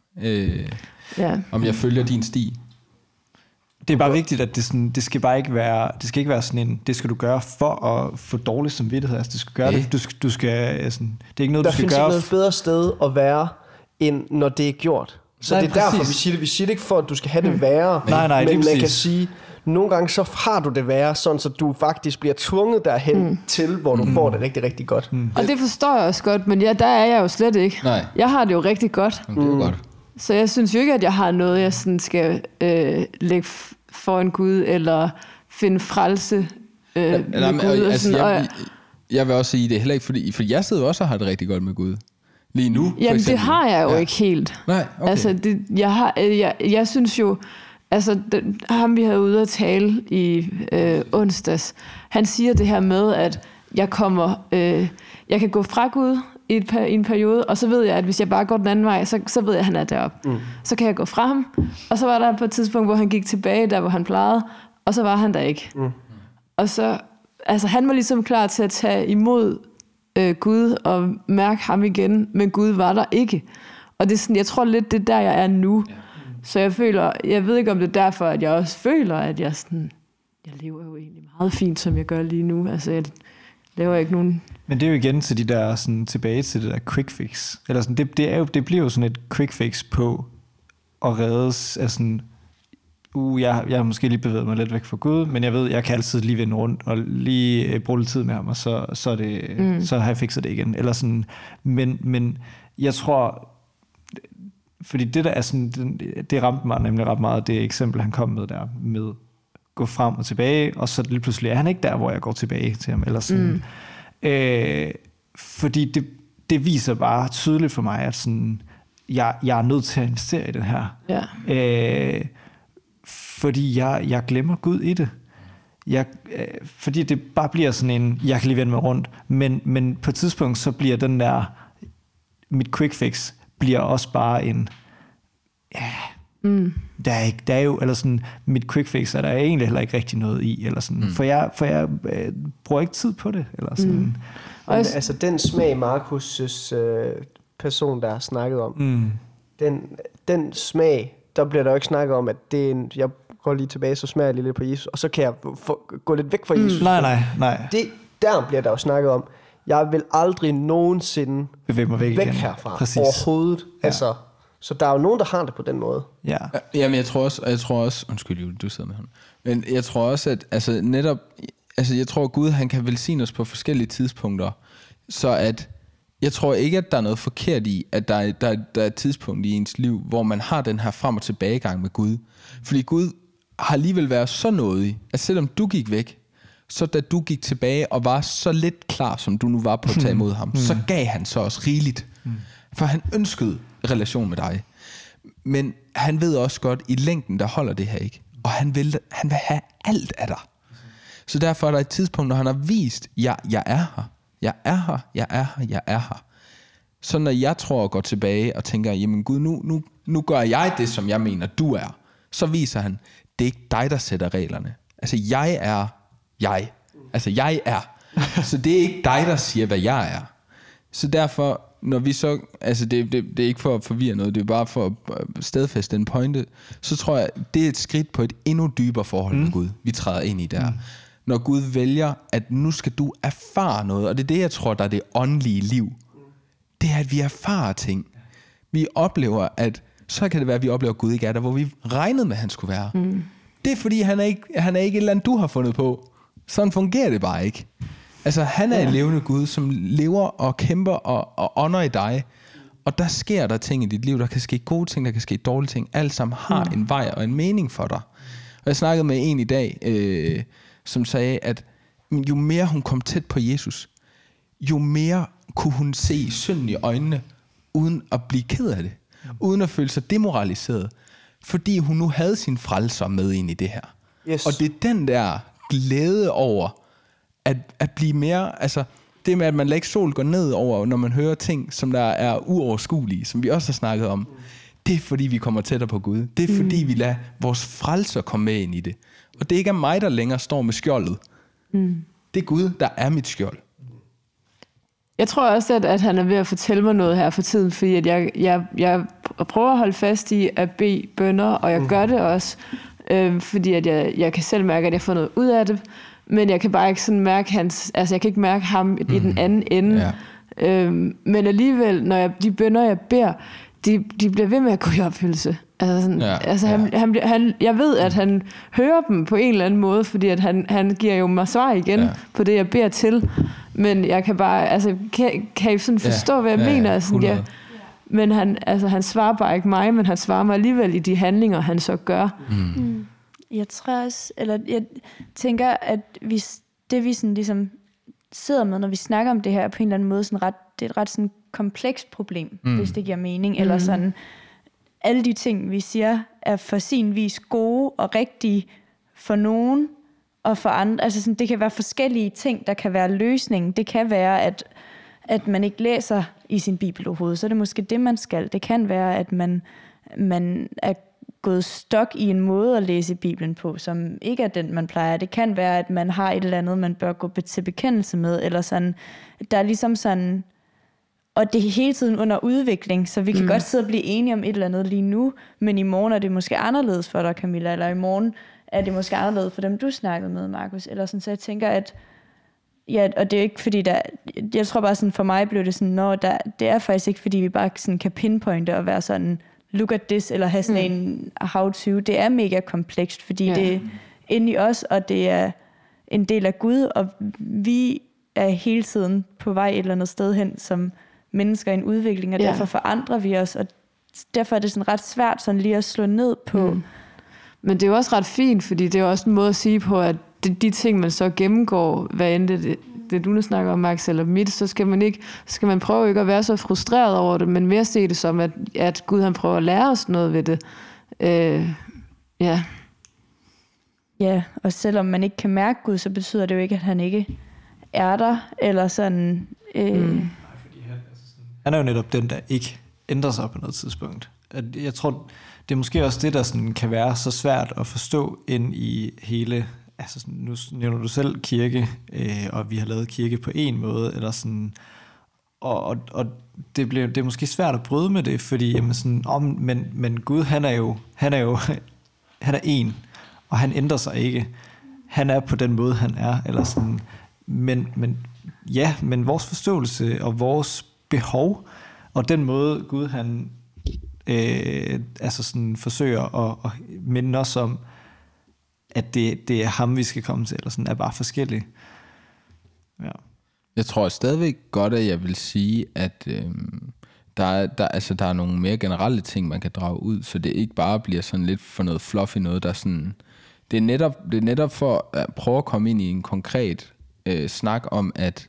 Om jeg følger din sti. Det er bare vigtigt, at det skal ikke være sådan en, det skal du gøre for at få dårlig samvittighed. Altså, det skal gøre det. Du skal sådan, det er ikke noget, du skal gøre. Der findes ikke noget bedre sted at være, end når det er gjort. Så det er derfor, vi siger det. Vi siger det ikke for, at du skal have det værre. Nej, men man kan sige, nogle gange så har du det værre, sådan så du faktisk bliver tvunget derhen til, hvor du får det rigtig, rigtig godt. Og det forstår jeg også godt, men der er jeg jo slet ikke. Nej. Jeg har det jo rigtig godt. Det er jo godt. Så jeg synes jo ikke, at jeg har noget, jeg sådan skal lægge for en Gud, eller finde frelse med Gud. Jeg vil også sige, det er heller ikke, for jeg sidder også og har det rigtig godt med Gud. Lige nu, jamen, det har jeg jo ikke helt. Nej, okay. Altså, jeg synes jo, ham vi havde ude at tale i onsdags, han siger det her med, at jeg kan gå fra Gud i en periode, og så ved jeg, at hvis jeg bare går den anden vej, så ved jeg, at han er deroppe. Så kan jeg gå fra ham, og så var der på et tidspunkt, hvor han gik tilbage, der hvor han plejede, og så var han der ikke. Og så, han var ligesom klar til at tage imod Gud og mærke ham igen, men Gud var der ikke. Og det er sådan, jeg tror lidt, det er der, jeg er nu. Så jeg ved ikke, om det er derfor, at jeg også føler, at jeg lever jo egentlig meget fint, som jeg gør lige nu. Altså, jeg laver ikke nogen... Men det er jo igen til de der, sådan, tilbage til det der quick fix. Eller sådan, det bliver jo sådan et quick fix på at reddes af sådan, jeg har måske lige bevæget mig lidt væk fra Gud, men jeg ved, jeg kan altid lige vende rundt og lige bruge lidt tid med ham, og så har jeg fikset det igen. Eller sådan, men jeg tror, fordi det der er sådan, det ramte mig nemlig ret meget, det eksempel, han kom med der, med gå frem og tilbage, og så lige pludselig er han ikke der, hvor jeg går tilbage til ham, eller sådan. Fordi det viser bare tydeligt for mig, at sådan, jeg er nødt til at investere i det her. Ja. Fordi jeg glemmer Gud i det. Fordi det bare bliver sådan en, jeg kan lige vende mig rundt, men på et tidspunkt, så bliver den der, mit quick fix, bliver også bare en, Der er jo, eller sådan, mit quick fix er der egentlig heller ikke rigtig noget i, eller sådan, for jeg bruger ikke tid på det, eller sådan. Men, altså den smag, Markus' person, der har snakket om, den smag, der bliver der jo ikke snakket om, at det er en, jeg går lige tilbage, så smager jeg lige lidt på Jesus, og så kan jeg gå lidt væk fra Jesus. Nej. Der bliver der jo snakket om, jeg vil aldrig nogensinde bevæge mig væk herfra. Præcis. Overhovedet. Ja. Altså, så der er jo nogen, der har det på den måde. Ja. Jamen, jeg tror også, undskyld, Julie, du sidder med ham. Men jeg tror også, at altså, netop, altså, jeg tror, at Gud, han kan velsigne os på forskellige tidspunkter, så at jeg tror ikke, at der er noget forkert i, at der er et tidspunkt i ens liv, hvor man har den her frem- og tilbagegang med Gud. Fordi Gud har alligevel været så nådig, at selvom du gik væk, så da du gik tilbage og var så lidt klar, som du nu var på at tage imod ham, så gav han så også rigeligt. For han ønskede relation med dig. Men han ved også godt, i længden, der holder det her ikke. Og han vil have alt af dig. Så derfor er der et tidspunkt, når han har vist, jeg er her. Jeg er her, jeg er her, jeg er her. Så når jeg tror og går tilbage og tænker, jamen Gud, nu gør jeg det, som jeg mener, du er. Så viser han, det er ikke dig, der sætter reglerne. Altså jeg er jeg. Altså jeg er. Så det er ikke dig, der siger, hvad jeg er. Så derfor, når vi så, altså det er ikke for at forvirre noget, det er bare for at stadfæste en pointe, så tror jeg, det er et skridt på et endnu dybere forhold med Gud, vi træder ind i der. Når Gud vælger, at nu skal du erfare noget, og det er det, jeg tror, der er det åndelige liv. Det er, at vi erfarer ting. Vi oplever, at så kan det være, at vi oplever, at Gud ikke er der, hvor vi regnede med, at han skulle være. Det er fordi, han er ikke et eller andet, du har fundet på. Sådan fungerer det bare ikke. Altså, han er en levende Gud, som lever og kæmper og ånder i dig. Og der sker der ting i dit liv. Der kan ske gode ting, der kan ske dårlige ting. Alt sammen har en vej og en mening for dig. Og jeg snakkede med en i dag, som sagde, at jo mere hun kom tæt på Jesus, jo mere kunne hun se synden i øjnene, uden at blive ked af det. Uden at føle sig demoraliseret. Fordi hun nu havde sin frelser med ind i det her. Yes. Og det er den der glæde over at blive mere, altså det med, at man lader ikke sol gå ned over, når man hører ting, som der er uoverskuelige, som vi også har snakket om. Det er fordi, vi kommer tættere på Gud. Det er fordi, vi lader vores frelser komme med ind i det. Og det er ikke mig, der længere står med skjoldet. Det er Gud, der er mit skjold. Jeg tror også, at han er ved at fortælle mig noget her for tiden, fordi at jeg prøver at holde fast i at bede bønner, og jeg gør det også, fordi at jeg kan selv mærke, at jeg får noget ud af det, men jeg kan bare ikke sådan mærke jeg kan ikke mærke ham i den anden ende. Ja. Men alligevel, når de bønner, jeg beder, de bliver ved med at gå i opfyldelse. Jeg ved, at han hører dem på en eller anden måde, fordi at han giver jo mig svar igen på det, jeg beder til. Men jeg kan bare, altså, kan I sådan forstå, hvad jeg mener? Sådan, men han svarer bare ikke mig, men han svarer mig alligevel i de handlinger, han så gør. Jeg tror også, eller jeg tænker, at det vi sådan ligesom sidder med, når vi snakker om det her, på en eller anden måde, det er et ret sådan komplekst problem, hvis det giver mening, eller sådan, alle de ting, vi siger, er for sin vis gode og rigtige for nogen, og for andre. Altså sådan, det kan være forskellige ting, der kan være løsningen. Det kan være, at man ikke læser i sin bibel overhovedet, så er det måske det, man skal. Det kan være, at man er gået stok i en måde at læse Bibelen på, som ikke er den, man plejer. Det kan være, at man har et eller andet, man bør gå til bekendelse med, eller sådan. Der er ligesom sådan, og det er hele tiden under udvikling, så vi kan godt sidde og blive enige om et eller andet lige nu, men i morgen er det måske anderledes for dig, Camilla, eller i morgen er det måske anderledes for dem, du snakkede med, Markus, eller sådan, så jeg tænker, at ja, og det er ikke fordi, jeg tror bare sådan, for mig blev det sådan, det er faktisk ikke fordi, vi bare sådan kan pinpointe og være sådan, look at this, eller have sådan en how-to. Det er mega komplekst, fordi det er inde i os, og det er en del af Gud, og vi er hele tiden på vej et eller andet sted hen, som mennesker i en udvikling, og derfor forandrer vi os, og derfor er det sådan ret svært sådan lige at slå ned på. Men det er jo også ret fint, fordi det er også en måde at sige på, at de ting, man så gennemgår, hvad end det du nu snakker om, Max, eller mit, så skal man prøve ikke at være så frustreret over det, men mere se det som, at Gud han prøver at lære os noget ved det. Ja, og selvom man ikke kan mærke Gud, så betyder det jo ikke, at han ikke er der, eller sådan. Han er jo netop den, der ikke ændrer sig på noget tidspunkt. at jeg tror, det er måske også det, der sådan kan være så svært at forstå ind i hele, altså sådan, nu nævner du selv kirke, og vi har lavet kirke på en måde, eller sådan, og det er måske svært at bryde med det, fordi jamen sådan, men Gud, han er en, og han ændrer sig ikke. Han er på den måde, han er, eller sådan, men vores forståelse og vores behov, og den måde Gud, han altså sådan forsøger at minde os om, at det er ham, vi skal komme til, eller sådan, er bare forskellige. Ja. Jeg tror stadigvæk godt, at jeg vil sige, at der er nogle mere generelle ting, man kan drage ud, så det ikke bare bliver sådan lidt for noget fluffy noget, der sådan... Det er netop for at prøve at komme ind i en konkret snak om, at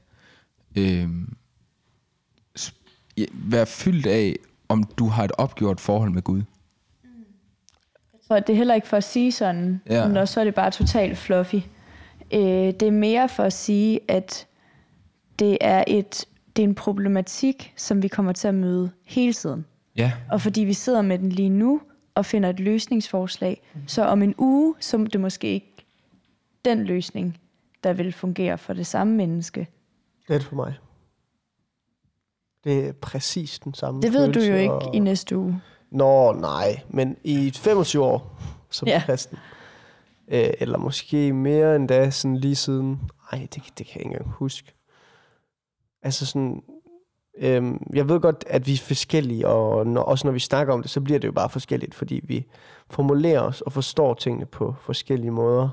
være fyldt af, om du har et opgjort forhold med Gud. Jeg tror, det er heller ikke for at sige sådan, når så er det bare totalt fluffy. Det er mere for at sige, at det er en problematik, som vi kommer til at møde hele tiden. Ja. Og fordi vi sidder med den lige nu, og finder et løsningsforslag, så om en uge, så er det måske ikke den løsning, der vil fungere for det samme menneske. Det er det for mig. Det er præcis den samme det ved du jo ikke i næste uge. Nå, nej. Men i 25 år som kristen. Eller måske mere end da, sådan lige siden. Ej, det kan jeg ikke engang huske. Altså sådan... jeg ved godt, at vi er forskellige, og også når vi snakker om det, så bliver det jo bare forskelligt, fordi vi formulerer os og forstår tingene på forskellige måder.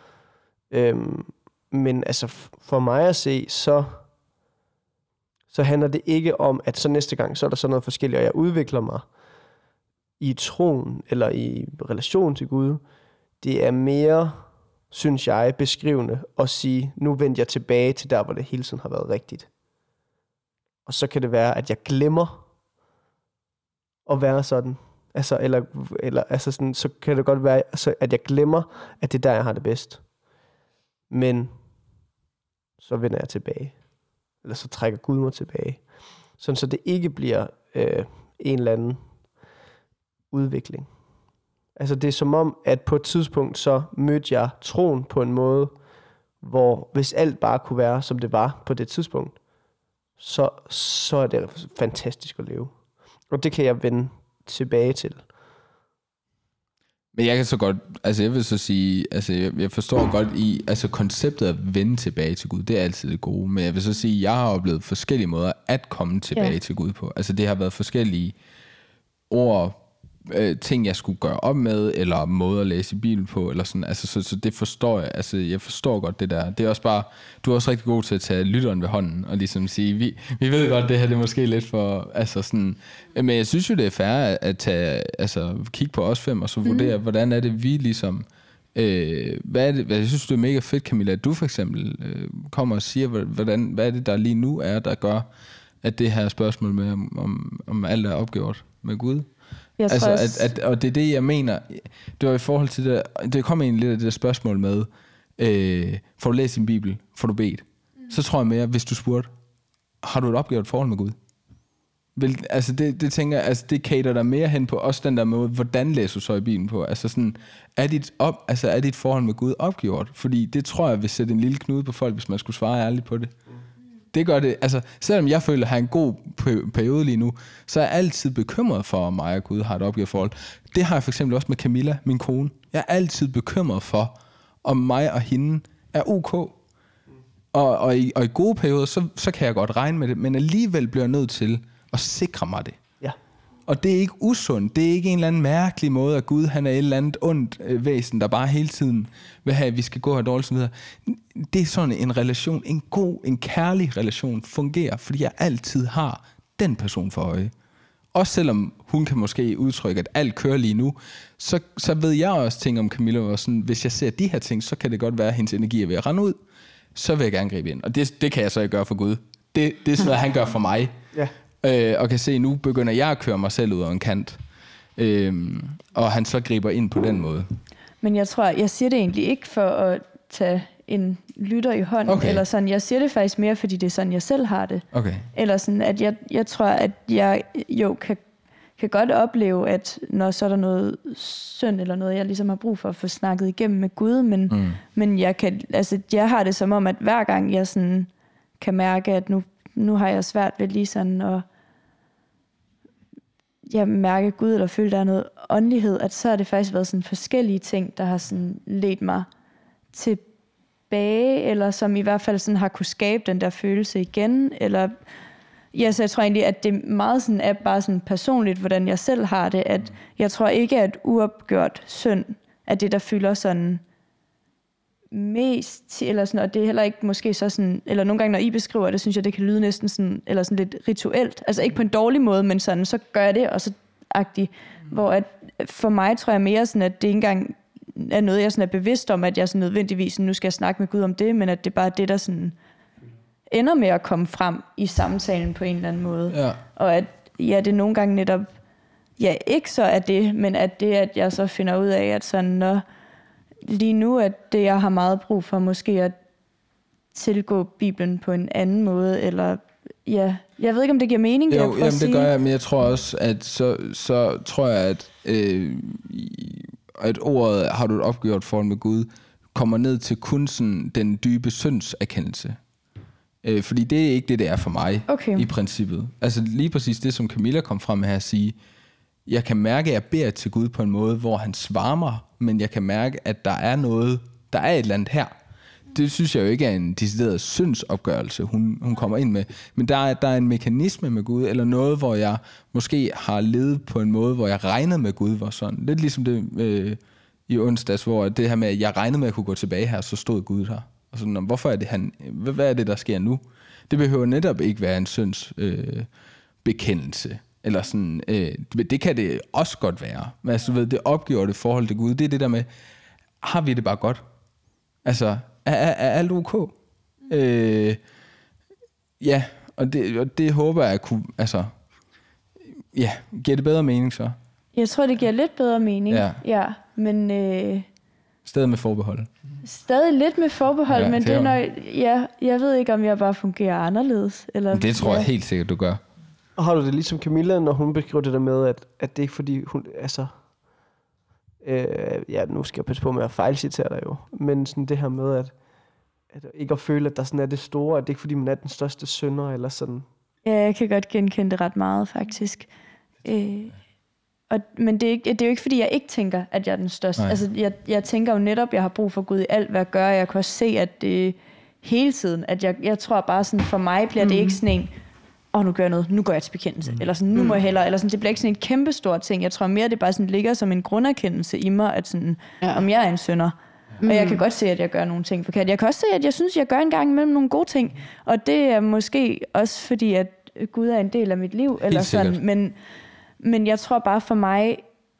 Men altså for mig at se, så handler det ikke om, at så næste gang, så er der sådan noget forskelligt, og jeg udvikler mig i troen, eller i relation til Gud. Det er mere, synes jeg, beskrivende at sige, nu vender jeg tilbage til der, hvor det hele tiden har været rigtigt. Og så kan det være, at jeg glemmer at være sådan. Altså, eller altså sådan, så kan det godt være, altså, at jeg glemmer, at det er der, jeg har det bedst. Men så vender jeg tilbage. Eller så trækker Gud mig tilbage. Sådan, så det ikke bliver en eller anden udvikling. Altså det er som om, at på et tidspunkt, så mødte jeg troen på en måde, hvor hvis alt bare kunne være, som det var på det tidspunkt, så er det fantastisk at leve. Og det kan jeg vende tilbage til. Men jeg kan så godt, altså jeg vil så sige, altså jeg forstår godt i, altså konceptet at vende tilbage til Gud, det er altid det gode. Men jeg vil så sige, jeg har oplevet forskellige måder at komme tilbage til Gud på. Altså det har været forskellige ord, ting jeg skulle gøre op med, eller måder at læse i Bibelen på, eller sådan, altså så det forstår jeg, altså jeg forstår godt det der. Det er også bare, du er også rigtig god til at tage lytteren ved hånden, og ligesom sige, vi ved godt, det her det er måske lidt for, altså sådan, men jeg synes jo, det er fair at tage, altså kigge på os 5, og så vurdere, hvordan er det, vi ligesom, hvad er det, jeg synes, det er mega fedt, Camilla, at du for eksempel kommer og siger, hvad er det, der lige nu er, der gør, at det her spørgsmål med, om alt er opgjort med Gud. Altså, og det er det, jeg mener. Det var i forhold til det. Det kom egentlig lidt af det der spørgsmål med, får du læst din Bibel? Får du bedt? Så tror jeg mere, hvis du spurgte, har du et opgjort forhold med Gud? Altså det tænker jeg, altså det cater der mere hen på også den der måde, hvordan læser du så i Bibelen på? Altså sådan, er dit forhold med Gud opgjort? Fordi det tror jeg vil sætte en lille knude på folk, hvis man skulle svare ærligt på det. Det gør det, altså selvom jeg føler, at jeg har en god periode lige nu, så er jeg altid bekymret for, om mig og Gud har et opgjort forhold. Det har jeg for eksempel også med Camilla, min kone. Jeg er altid bekymret for, om mig og hende er ok. Og i gode perioder, så kan jeg godt regne med det, men alligevel bliver jeg nødt til at sikre mig det. Ja. Og det er ikke usundt. Det er ikke en eller anden mærkelig måde, at Gud han er et eller andet ondt væsen, der bare hele tiden vil have, at vi skal gå her dårligt videre. Det er sådan en relation, en kærlig relation fungerer, fordi jeg altid har den person for øje. Også selvom hun kan måske udtrykke, at alt kører lige nu, så ved jeg også ting om Camilla, og sådan, hvis jeg ser de her ting, så kan det godt være, at hendes energi er ved at rende ud. Så vil jeg gerne gribe ind. Og det kan jeg så ikke gøre for Gud. Det er sådan noget, han gør for mig. Ja. Og kan se, nu begynder jeg at køre mig selv ud af en kant. Og han så griber ind på den måde. Men jeg tror, jeg siger det egentlig ikke for at tage en lytter i hånden, eller sådan. Jeg siger det faktisk mere, fordi det er sådan, jeg selv har det. Okay. Eller sådan, at jeg tror, at jeg jo kan godt opleve, at når så er der noget synd eller noget, jeg ligesom har brug for at få snakket igennem med Gud, men jeg har det som om, at hver gang jeg sådan kan mærke, at nu har jeg svært ved lige sådan at jeg mærker Gud eller føler, der er noget åndelighed, at så har det faktisk været sådan forskellige ting, der har sådan ledt mig tilbage, eller som i hvert fald sådan har kunne skabe den der følelse igen, eller ja, så jeg tror egentlig, at det meget sådan er bare sådan personligt, hvordan jeg selv har det, at jeg tror ikke, at uopgjort synd er det, der fylder sådan mest, eller sådan, og det er heller ikke måske så sådan, eller nogle gange, når I beskriver det, synes jeg, det kan lyde næsten sådan, eller sådan lidt rituelt, altså ikke på en dårlig måde, men sådan, så gør jeg det, og så agtigt, hvor at for mig tror jeg mere sådan, at det ikke engang er noget, jeg sådan er bevidst om, at jeg sådan nødvendigvis, nu skal jeg snakke med Gud om det, men at det bare er det, der sådan ender med at komme frem i samtalen på en eller anden måde. Ja. Og at ja, det nogle gange netop, ja, ikke så er det, men at det, at jeg så finder ud af, at sådan, når lige nu, at det, jeg har meget brug for, måske at tilgå Bibelen på en anden måde, eller ja, jeg ved ikke, om det giver mening, det jo, jeg prøver at sige. Det gør jeg, men jeg tror også, at så tror jeg, at ordet, har du et opgjort forhold med Gud, kommer ned til kun sådan den dybe syndserkendelse. Fordi det er ikke det er for mig, i princippet. Altså lige præcis det, som Camilla kom frem med her at sige, jeg kan mærke, at jeg beder til Gud på en måde, hvor han svarer mig, men jeg kan mærke, at der er noget, der er et eller andet her. Det synes jeg jo ikke er en decideret syndsopgørelse, hun kommer ind med. Men der er en mekanisme med Gud, eller noget, hvor jeg måske har levet på en måde, hvor jeg regnede med Gud var sådan. Lidt ligesom det i onsdags, hvor det her med, at jeg regnede med at kunne gå tilbage her, så stod Gud her. Og sådan, hvorfor er det hvad er det, der sker nu? Det behøver netop ikke være en synds bekendelse. Eller sådan, det kan det også godt være. Men altså, det opgjorte forhold til Gud, det er det der med, har vi det bare godt? Altså, er alt ok? Ja, og det håber jeg kunne, altså, ja, giver det bedre mening så? Jeg tror, det giver lidt bedre mening, ja, men stadig med forbehold. Stadig lidt med forbehold, ja, men det er nok, ja, jeg ved ikke, om jeg bare fungerer anderledes. Eller, men det tror jeg helt sikkert, du gør. Og har du det ligesom Camilla, når hun beskriver det der med, at det ikke fordi hun, altså, ja, nu skal jeg passe på med at fejlcitere dig jo, men sådan det her med, at ikke at føle, at der sådan er det store, at det ikke fordi man er den største synder, eller sådan. Ja, jeg kan godt genkende det ret meget, faktisk. Men det er jo ikke, fordi jeg ikke tænker, at jeg er den største. Nej. Altså, jeg tænker jo netop, at jeg har brug for Gud i alt, hvad jeg gør. Jeg kan også se, at det hele tiden, at jeg tror bare sådan, for mig bliver det ikke sådan en, nu gør jeg noget, nu går jeg til bekendelse, eller sådan, nu må jeg hellere, eller sådan, det bliver ikke sådan en kæmpestor ting. Jeg tror mere, det bare sådan ligger som en grunderkendelse i mig, at sådan, om jeg er en synder. Og jeg kan godt se, at jeg gør nogle ting forkert. Jeg kan også se, at jeg synes, jeg gør en gang imellem nogle gode ting. Og det er måske også fordi, at Gud er en del af mit liv, eller sådan. Men jeg tror bare for mig,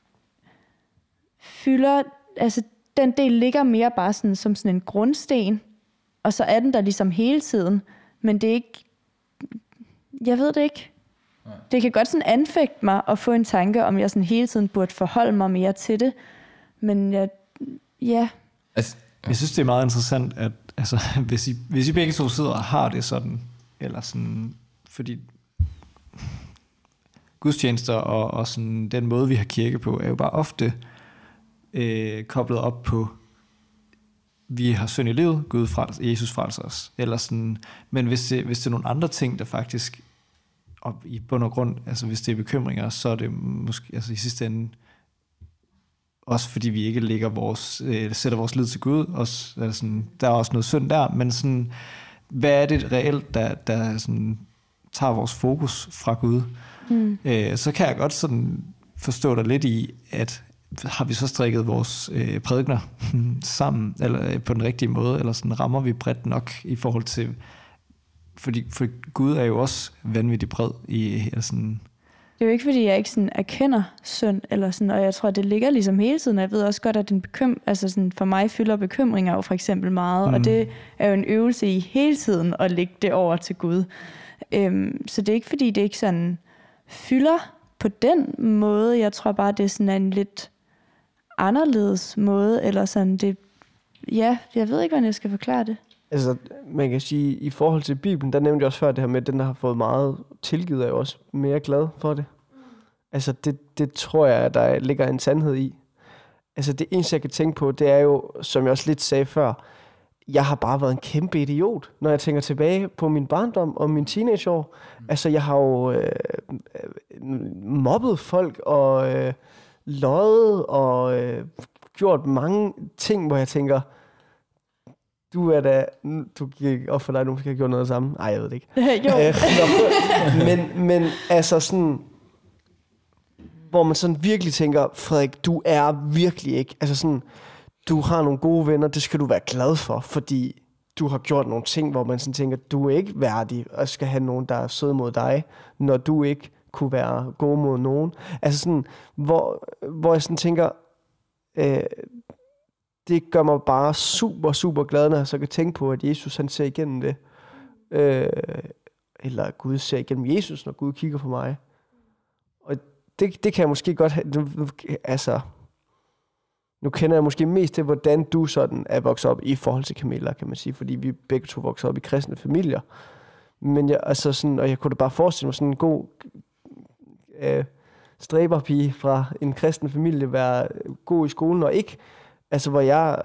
fylder, altså den del ligger mere bare sådan, som sådan en grundsten, og så er den der ligesom hele tiden. Men det er ikke, jeg ved det ikke. Nej. Det kan godt sådan anfægte mig at få en tanke, om jeg sådan hele tiden burde forholde mig mere til det. Men ja. Altså, jeg synes, det er meget interessant, at altså, hvis I begge to sidder og har det sådan, eller sådan, fordi gudstjenester og sådan, den måde, vi har kirke på, er jo bare ofte koblet op på, vi har synd i livet, Gud frelser, Jesus frelser os. Eller sådan, men hvis det er nogle andre ting, der faktisk, og i bund og grund, altså hvis det er bekymringer, så er det måske, altså i sidste ende, også fordi vi ikke sætter vores lid til Gud, også, altså sådan, der er også noget synd der, men sådan, hvad er det reelt, der sådan, tager vores fokus fra Gud? Så kan jeg godt sådan forstå dig lidt i, at har vi så strikket vores prædikener sammen, eller på den rigtige måde, eller sådan rammer vi bredt nok i forhold til, for Gud er jo også vanvittigt bred i sådan. Det er jo ikke, fordi jeg ikke sådan erkender synd, eller sådan, og jeg tror, det ligger ligesom hele tiden. Jeg ved også godt, at altså sådan, for mig fylder bekymringer jo for eksempel meget, og det er jo en øvelse i hele tiden at lægge det over til Gud. Så det er ikke, fordi det ikke sådan fylder på den måde. Jeg tror bare, det er sådan en lidt anderledes måde, eller sådan det. Ja, jeg ved ikke, hvordan jeg skal forklare det. Altså, man kan sige, i forhold til Bibelen, der nævnte jeg også før det her med, at den, der har fået meget tilgivet, er jo også mere glad for det. Altså, det tror jeg, der ligger en sandhed i. Altså, det eneste, jeg kan tænke på, det er jo, som jeg også lidt sagde før, jeg har bare været en kæmpe idiot, når jeg tænker tilbage på min barndom og min teenageår. Altså, jeg har jo mobbet folk og løjet og gjort mange ting, hvor jeg tænker, du gik op for dig, nu skal jeg gøre noget sammen. Nej, jeg ved det ikke. men altså sådan, hvor man sådan virkelig tænker, Frederik, du er virkelig ikke, altså sådan, du har nogle gode venner, det skal du være glad for, fordi du har gjort nogle ting, hvor man sådan tænker, du er ikke værdig, og skal have nogen, der er søde mod dig, når du ikke kunne være god mod nogen. Altså sådan, hvor jeg sådan tænker, det gør mig bare super, super glad, når jeg så kan tænke på, at Jesus han ser igennem det. Eller Gud ser igennem Jesus, når Gud kigger på mig. Og det kan jeg måske godt have, altså, nu kender jeg måske mest til, hvordan du sådan er vokset op i forhold til Camilla, kan man sige, fordi vi begge to vokset op i kristne familier. Men jeg, altså sådan, og jeg kunne da bare forestille mig sådan en god stræberpige fra en kristen familie, være god i skolen, og ikke, altså hvor jeg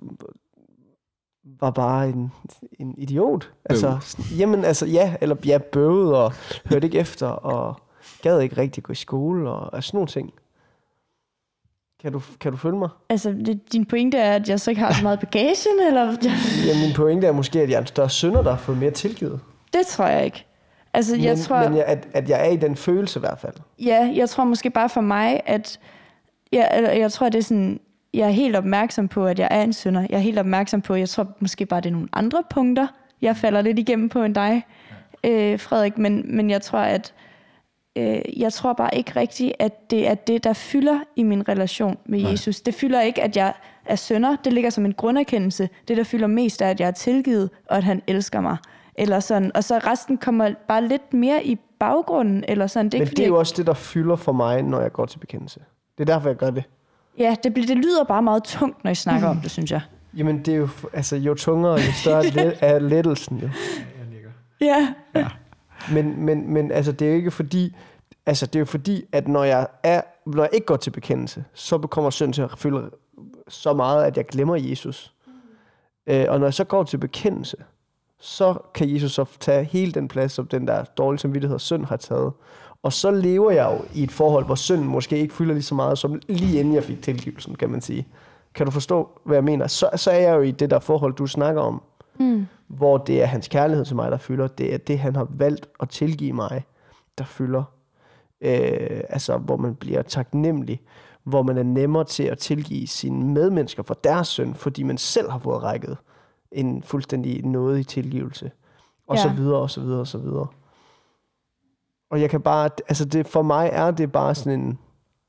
var bare en idiot. Altså, jamen altså ja, eller jeg bøvede og hørte ikke efter, og gad ikke rigtig gå i skole, og sådan nogle ting. Kan du følge mig? Altså, din pointe er, at jeg så ikke har så meget bagagen, eller? Ja, min pointe er måske, at jeg er en større synder, der har fået mere tilgivet. Det tror jeg ikke. Altså, at jeg er i den følelse i hvert fald. Ja, jeg tror måske bare for mig, at jeg tror, det er sådan, jeg er helt opmærksom på, at jeg er en synder. Jeg er helt opmærksom på, jeg tror måske bare, det er nogle andre punkter, jeg falder lidt igennem på end dig, Frederik. Men jeg tror, at jeg tror bare ikke rigtigt, at det er det, der fylder i min relation med Jesus. Det fylder ikke, at jeg er synder. Det ligger som en grunderkendelse. Det, der fylder mest, er, at jeg er tilgivet, og at han elsker mig. Eller sådan. Og så resten kommer bare lidt mere i baggrunden. Eller sådan. Men det er jo også det, der fylder for mig, når jeg går til bekendelse. Det er derfor, jeg gør det. Ja, det lyder bare meget tungt, når I snakker om det, synes jeg. Jamen, det er jo, altså, jo tungere, jo større er lettelsen jo. Ja. Men altså, det er jo ikke fordi, altså, det er jo fordi, at når jeg ikke går til bekendelse, så kommer synd til at fylde så meget, at jeg glemmer Jesus. Og når jeg så går til bekendelse, så kan Jesus så tage hele den plads, som den der dårlige samvittighed og synd har taget. Og så lever jeg jo i et forhold, hvor synden måske ikke fylder lige så meget, som lige inden jeg fik tilgivelsen, kan man sige. Kan du forstå, hvad jeg mener? Så er jeg jo i det der forhold, du snakker om. Hvor det er hans kærlighed til mig, der fylder. Det er det, han har valgt at tilgive mig, der fylder. Altså, hvor man bliver taknemmelig. Hvor man er nemmere til at tilgive sine medmennesker for deres synd, fordi man selv har fået rækket en fuldstændig nådig tilgivelse. Og så videre, og så videre, og så videre. Og jeg kan bare, altså det, for mig er det bare sådan en,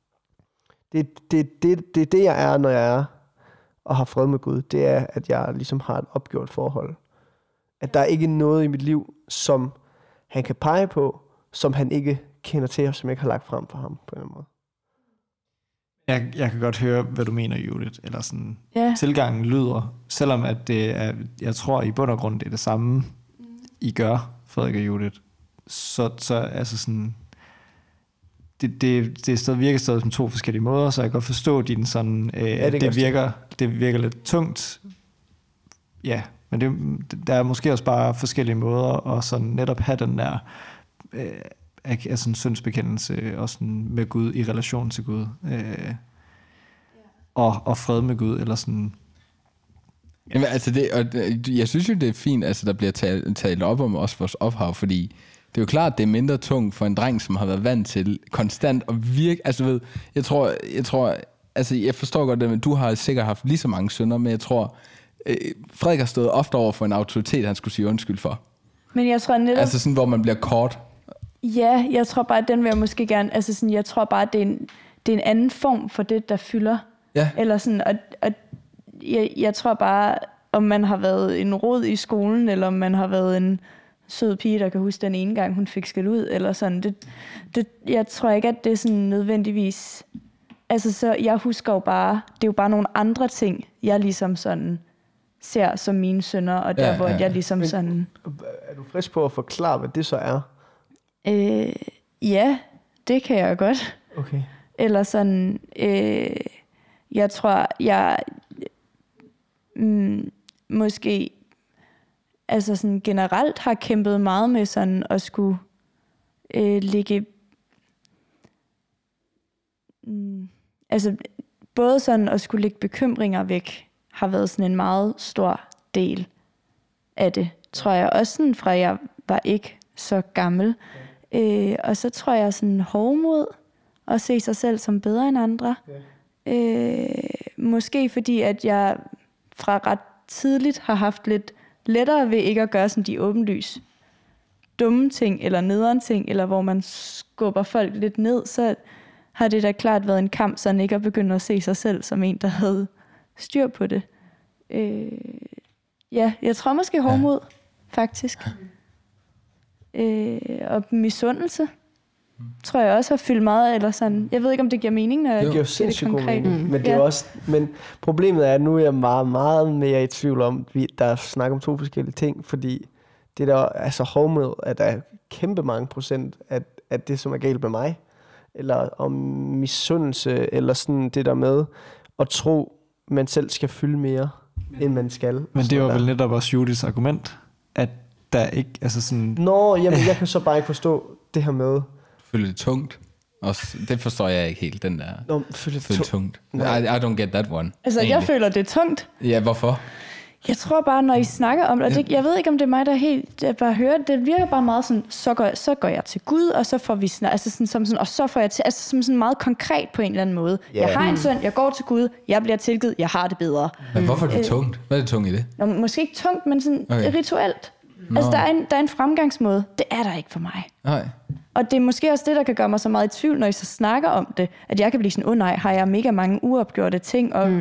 det jeg er, når jeg er og har fred med Gud, det er, at jeg ligesom har et opgjort forhold. At der er ikke noget i mit liv, som han kan pege på, som han ikke kender til, og som jeg ikke har lagt frem for ham på en måde. Jeg kan godt høre, hvad du mener, Judith. Eller sådan, tilgangen lyder, selvom at det er, jeg tror i bund og grund, det er det samme, I gør, Frederik og Judith. Så altså sådan, det virker stadig som to forskellige måder, så jeg kan godt forstå din sådan, det virker lidt tungt. Ja, men der er måske også bare forskellige måder at sådan netop have den der altså en syndsbekendelse og sådan med Gud i relation til Gud. Og fred med Gud, eller sådan. Jamen, altså jeg synes jo, det er fint, altså der bliver talt op om også vores ophav, fordi det er jo klart, det er mindre tungt for en dreng, som har været vant til konstant at virke. Altså jeg tror, altså jeg forstår godt det, men du har sikkert haft lige så mange synder, men jeg tror, Frederik har stået ofte over for en autoritet, han skulle sige undskyld for. Men jeg tror netop... Altså sådan, hvor man bliver kort. Ja, jeg tror bare, at den vil jeg måske gerne... Altså sådan, jeg tror bare, at det er en anden form for det, der fylder. Ja. Eller sådan, og jeg tror bare, om man har været en rod i skolen, eller om man har været en sød pige, der kan huske den ene gang, hun fik skæld ud, eller sådan. Jeg tror ikke, at det er sådan nødvendigvis... Altså, så jeg husker jo bare... Det er jo bare nogle andre ting, jeg ligesom sådan ser som mine synder, og der, hvor jeg ligesom sådan... Er du frisk på at forklare, hvad det så er? Ja, det kan jeg godt. Okay. Eller sådan, jeg tror, jeg måske altså sådan generelt har kæmpet meget med sådan at skulle ligge altså både sådan at skulle lægge bekymringer væk, har været sådan en meget stor del af det, tror jeg. Også sådan fra jeg var ikke så gammel. Og så tror jeg sådan hovmod, at se sig selv som bedre end andre. Måske fordi, at jeg fra ret tidligt har haft lidt lettere ved ikke at gøre sådan de åbenlys dumme ting, eller nederen ting, eller hvor man skubber folk lidt ned, så har det da klart været en kamp, sådan ikke at begynde at se sig selv som en, der havde styr på det. Ja, jeg tror måske hovmod, faktisk. Og misundelse, tror jeg også har fyldt meget, eller sådan. Jeg ved ikke, om det giver mening, når jeg det giver siger det sindssygt god konkret. mening. Men, det er også, men problemet er, at nu er jeg meget mere i tvivl om, der er snak om 2 forskellige ting, fordi det der, altså hovmod, at der er kæmpe mange procent af det, som er galt med mig, eller om misundelse, eller sådan det der med at tro, man selv skal fylde mere, end man skal. Men det var vel netop også Judiths argument, at der ikke, altså sådan... Nå, jamen, jeg kan så bare ikke forstå det her med... Føler det tungt? Og det forstår jeg ikke helt, den der... Nå, føler det tungt. I don't get that one. Altså, egentlig. jeg føler, det er tungt. Ja, hvorfor? Jeg tror bare, når I snakker om det, og det, jeg ved ikke, om det er mig, der helt jeg bare hører det virker bare meget sådan, så går jeg til Gud, og så får vi altså sådan, som sådan, og så får jeg til, altså som sådan meget konkret på en eller anden måde. Yeah. Jeg har en søn, jeg går til Gud, jeg bliver tilgivet, jeg har det bedre. Men hvorfor er det tungt? Hvad er det tungt i det? Måske ikke tungt, men sådan rituelt. Altså, der er en fremgangsmåde. Det er der ikke for mig. Nej. Og det er måske også det, der kan gøre mig så meget i tvivl, når I så snakker om det, at jeg kan blive sådan, nej, har jeg mega mange uopgjorte ting, og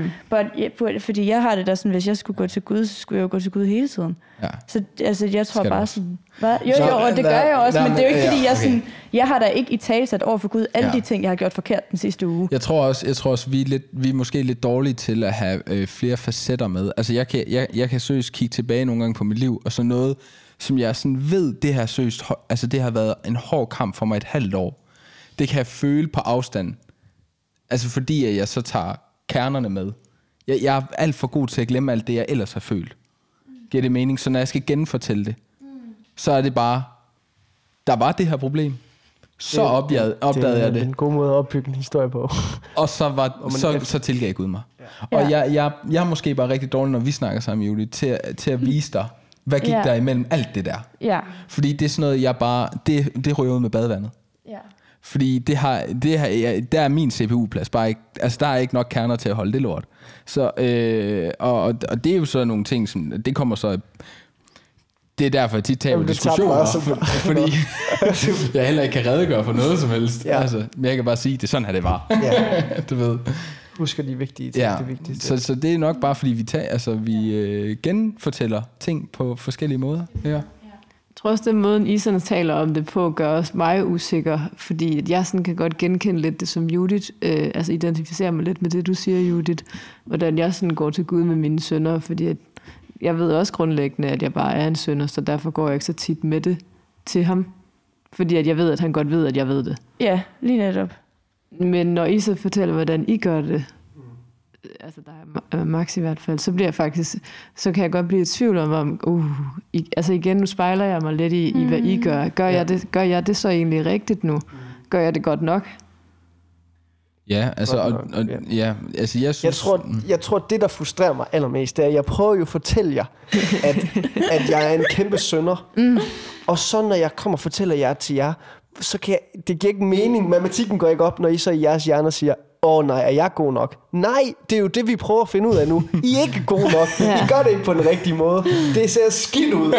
fordi jeg har det der sådan, hvis jeg skulle gå til Gud, så skulle jeg jo gå til Gud hele tiden. Ja. Så altså, jeg tror bare sådan, hvad? Jo, og det gør jeg også, men det er jo ikke, fordi jeg sådan, jeg har da ikke i talsat over for Gud alle de ting, jeg har gjort forkert den sidste uge. Jeg tror også vi er måske lidt dårlige til at have flere facetter med. Altså, jeg kan seriøst kigge tilbage nogle gange på mit liv, og så noget, som jeg sådan ved, det her seriøst, altså det har været en hård kamp for mig et halvt år. Det kan jeg føle på afstand. Altså fordi, at jeg så tager kernerne med. Jeg er alt for god til at glemme alt det, jeg ellers har følt. Giver det mening? Så når jeg skal genfortælle det, så er det bare, der var det her problem. Så opdagede jeg det. Det er en god måde at opbygge en historie på. Og så tilgav Gud mig. Og jeg er måske bare rigtig dårlig, når vi snakker sammen, Julie, til at vise dig, hvad gik der imellem alt det der? Ja. Fordi det er sådan noget, jeg bare... Det ryger ud med badevandet. Ja. Fordi der er min CPU-plads bare ikke... Altså, der er ikke nok kerner til at holde det lort. Så, og det er jo så nogle ting, som... Det kommer så... Det er derfor, jeg tit tager diskussioner. Fordi jeg heller ikke kan redegøre for noget som helst. Ja. Altså, men jeg kan bare sige, det er sådan her, det var. Ja. Du ved... Husker de vigtige ting, det vigtigste. Så det er nok bare, fordi vi genfortæller ting på forskellige måder. Ja. Jeg tror også, den måden, I sådan taler om det på, gør også mig usikker, fordi at jeg sådan kan godt genkende lidt det som Judith, altså identificere mig lidt med det, du siger, Judith, hvordan jeg sådan går til Gud med mine sønner, fordi at jeg ved også grundlæggende, at jeg bare er en sønner, så derfor går jeg ikke så tit med det til ham, fordi at jeg ved, at han godt ved, at jeg ved det. Ja, lige netop. Men når I så fortæller, hvordan I gør det, altså der er Max i hvert fald, så bliver jeg faktisk, så kan jeg godt blive i tvivl om, altså igen, nu spejler jeg mig lidt i hvad I gør. Gør jeg det så egentlig rigtigt nu? Gør jeg det godt nok? Ja, altså, altså jeg synes... Jeg tror, det der frustrerer mig allermest, det er, at jeg prøver jo at fortælle jer, at jeg er en kæmpe synder. Og så når jeg kommer og fortæller jer til jer, så kan det giver ikke mening. Matematikken går ikke op, når I så i jeres hjerner siger, nej, er jeg god nok? Nej, det er jo det, vi prøver at finde ud af nu. I er ikke gode nok. I gør det ikke på den rigtige måde. Det ser skidt ud.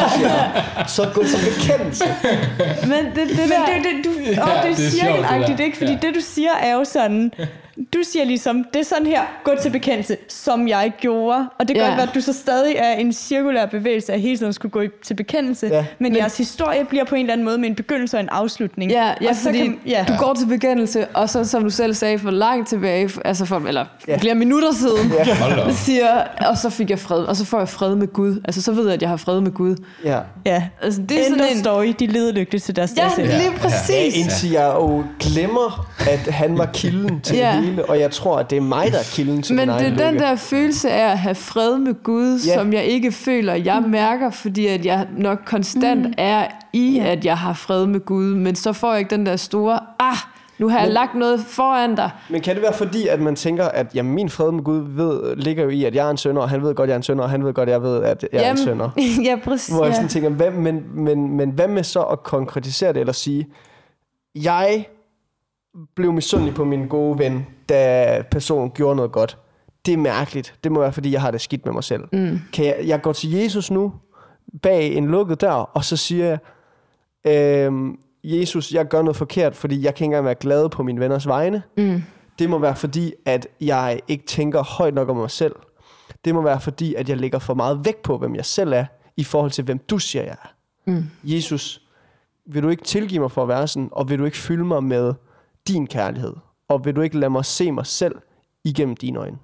Så gå til bekendelse. Men det er cirkelagtigt, ikke? Fordi det, du siger, er jo sådan, du siger ligesom, det er sådan her, gå til bekendelse, som jeg gjorde. Og det kan godt være, at du så stadig er en cirkulær bevægelse af hele tiden skulle gå til bekendelse. Men jeres historie bliver på en eller anden måde med en begyndelse og en afslutning. Ja, og så fordi du går til bekendelse, og så, som du selv sagde, for langt tilbage, altså flere minutter siden, siger, og så fik jeg fred, og så får jeg fred med Gud. Altså, så ved jeg, at jeg har fred med Gud. Ja. Altså, det er sådan en story, de leder lykkeligt til deres Ja, lige præcis. Indtil jeg jo glemmer, at han var kilden til det hele, og jeg tror, at det er mig, der er kilden til min egen lykke. Men det er den der følelse af at have fred med Gud, som jeg ikke føler, jeg mærker, fordi at jeg nok konstant er i, at jeg har fred med Gud, men så får jeg ikke den der store, nu har jeg lagt noget foran dig. Men kan det være fordi, at man tænker, at jamen, min fred med Gud ligger jo i, at jeg er en synder, og han ved godt, at jeg er en synder, og han ved godt, at jeg ved, at jeg er en synder. Ja, præcis. Hvor jeg sådan tænker, men hvad med så at konkretisere det, eller sige, jeg blev misundelig på min gode ven, da personen gjorde noget godt. Det er mærkeligt. Det må være, fordi jeg har det skidt med mig selv. Kan jeg går til Jesus nu, bag en lukket dør, og så siger jeg, Jesus, jeg gør noget forkert, fordi jeg kan ikke engang være glad på mine venners vegne. Det må være fordi, at jeg ikke tænker højt nok om mig selv. Det må være fordi, at jeg lægger for meget vægt på, hvem jeg selv er, i forhold til, hvem du siger, jeg er. Jesus, vil du ikke tilgive mig for at være sådan, og vil du ikke fylde mig med din kærlighed? Og vil du ikke lade mig se mig selv igennem dine øjne?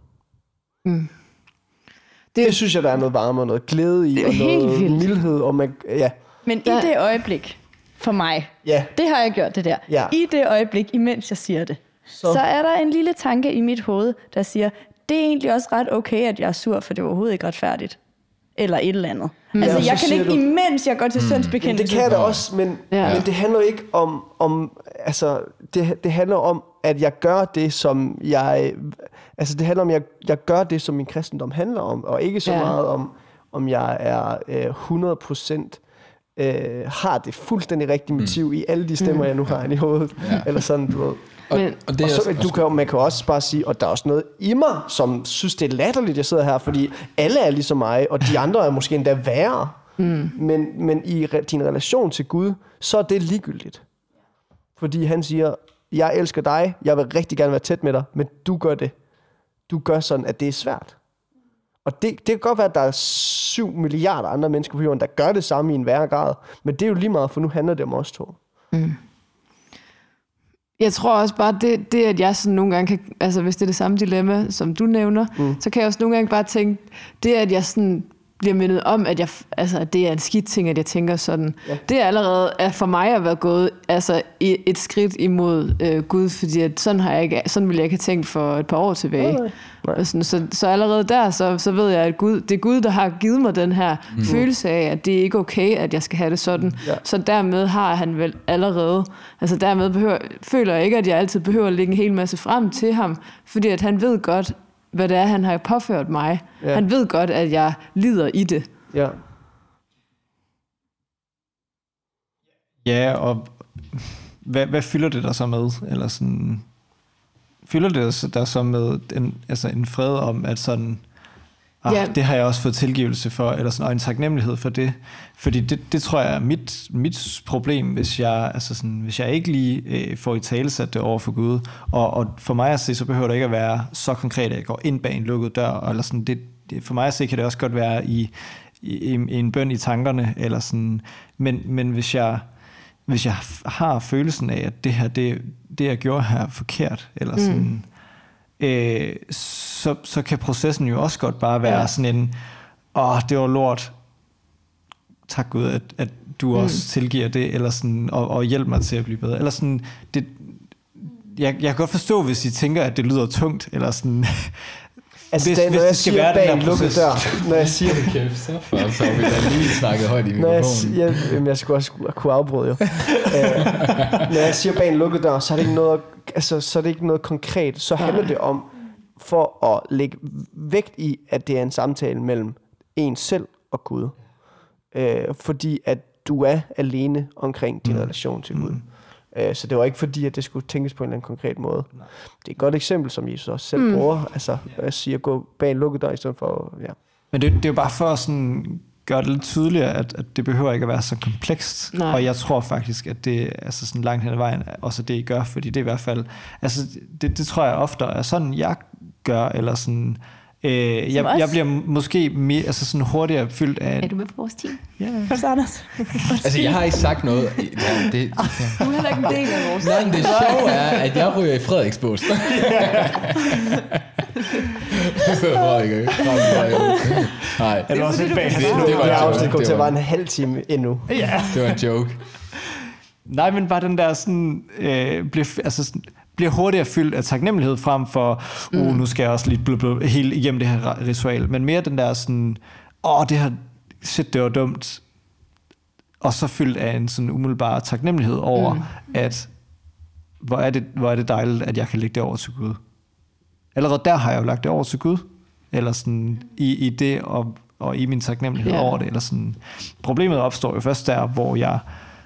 Det synes jeg, der er noget varme og noget glæde i, og noget mildhed. Og Men i det øjeblik, for mig, det har jeg gjort det der. I det øjeblik, imens jeg siger det, så er der en lille tanke i mit hoved, der siger, det er egentlig også ret okay, at jeg er sur, for det er overhovedet ikke retfærdigt. Eller et eller andet. Altså, jeg kan ikke, imens jeg går til syndsbekendelse. Det kan jeg da også, men det handler ikke om altså, det handler om, at jeg gør det, som jeg... Altså, det handler om, at jeg gør det, som min kristendom handler om, og ikke så meget om jeg er 100% har det fuldstændig rigtige motiv i alle de stemmer, jeg nu har i hovedet. Eller sådan, du ved. Og det så, man kan også bare sige, og der er også noget i mig, som synes, det er latterligt, jeg sidder her, fordi alle er ligesom mig, og de andre er måske endda værre. Men i din relation til Gud, så er det ligegyldigt. Fordi han siger, jeg elsker dig, jeg vil rigtig gerne være tæt med dig, men du gør det. Du gør sådan, at det er svært. Og det kan godt være, at der er 7 milliarder andre mennesker på jorden, der gør det samme i en værre grad, men det er jo lige meget, for nu handler det om os to. Jeg tror også bare, det at jeg sådan nogle gange kan, altså hvis det er det samme dilemma, som du nævner, så kan jeg også nogle gange bare tænke, det at jeg sådan bliver mindet om, at at det er en skidt ting, at jeg tænker sådan. Det er allerede for mig at være gået et skridt imod Gud, fordi at sådan ville jeg ikke have tænkt for et par år tilbage. Så allerede der, så ved jeg, at det er Gud, der har givet mig den her følelse af, at det er ikke okay, at jeg skal have det sådan. Så dermed har han vel allerede, altså dermed føler jeg ikke, at jeg altid behøver at lægge en hel masse frem til ham, fordi at han ved godt, hvad det er, han har påført mig. Han ved godt, at jeg lider i det. Ja, og hvad fylder det der så med? Eller sådan, fylder det der så med en fred om, at sådan, det har jeg også fået tilgivelse for, eller sådan, og en taknemmelighed for det. Fordi det tror jeg er mit problem, hvis jeg ikke lige får italesat det over for Gud. Og for mig at se, så behøver det ikke at være så konkret, at jeg går ind bag en lukket dør. Eller sådan, for mig at se, kan det også godt være i en bøn i tankerne. Eller sådan. Men hvis jeg har følelsen af, at det her, det jeg gjorde her er forkert, eller sådan... så kan processen jo også godt bare være sådan en, det var lort, tak Gud, at du også tilgiver det, eller sådan, og hjælp mig til at blive bedre, eller sådan, jeg kan godt forstå, hvis I tænker, at det lyder tungt, eller sådan, altså hvis det skal være bag en lukket dør, når jeg siger det. Kæft, så vi da lige snakket højt i mikrofonen. Jeg skulle også kunne afbryde jo. Når jeg siger bag en lukket dør, så er det ikke noget, så er det ikke noget konkret. Så handler det om, for at lægge vægt i, at det er en samtale mellem en selv og Gud. Fordi at du er alene omkring din relation til Gud. Så det var ikke fordi, at det skulle tænkes på en eller anden konkret måde. Nej. Det er et godt eksempel, som Jesus også selv bruger. Altså, jeg siger, gå bag en lukket dør i stedet for... Ja. Men det er jo bare for sådan gør det lidt tydeligere, at det behøver ikke at være så komplekst. Nej. Og jeg tror faktisk, at det altså sådan langt hen ad vejen også det, I gør, fordi det er i hvert fald, altså det tror jeg ofte er sådan, jeg gør, eller sådan, jeg bliver måske mere, altså sådan hurtigere fyldt af... Er du med på vores team? Ja. Først Anders. Altså, jeg har ikke sagt noget. Ja, det, Du er heller ikke en del af vores nej, men det sjove er, at jeg ryger i Frederiksbos. Frederik, ikke? Nej, Det var også lidt bag. det var Det en afsnit joke. kommer til Det at var- være en halv time endnu. Ja. Det var en joke. Nej, men bare den der sådan, bliver hurtigere fyldt af taknemmelighed frem for, nu skal jeg også lige blub, helt igennem det her ritual, men mere den der sådan, det her, shit, det var dumt, og så fyldt af en sådan umiddelbar taknemmelighed over, at hvor er det dejligt, at jeg kan lægge det over til Gud. Allerede der har jeg jo lagt det over til Gud, eller sådan i det og i min taknemmelighed over det, eller sådan. Problemet opstår jo først der, hvor jeg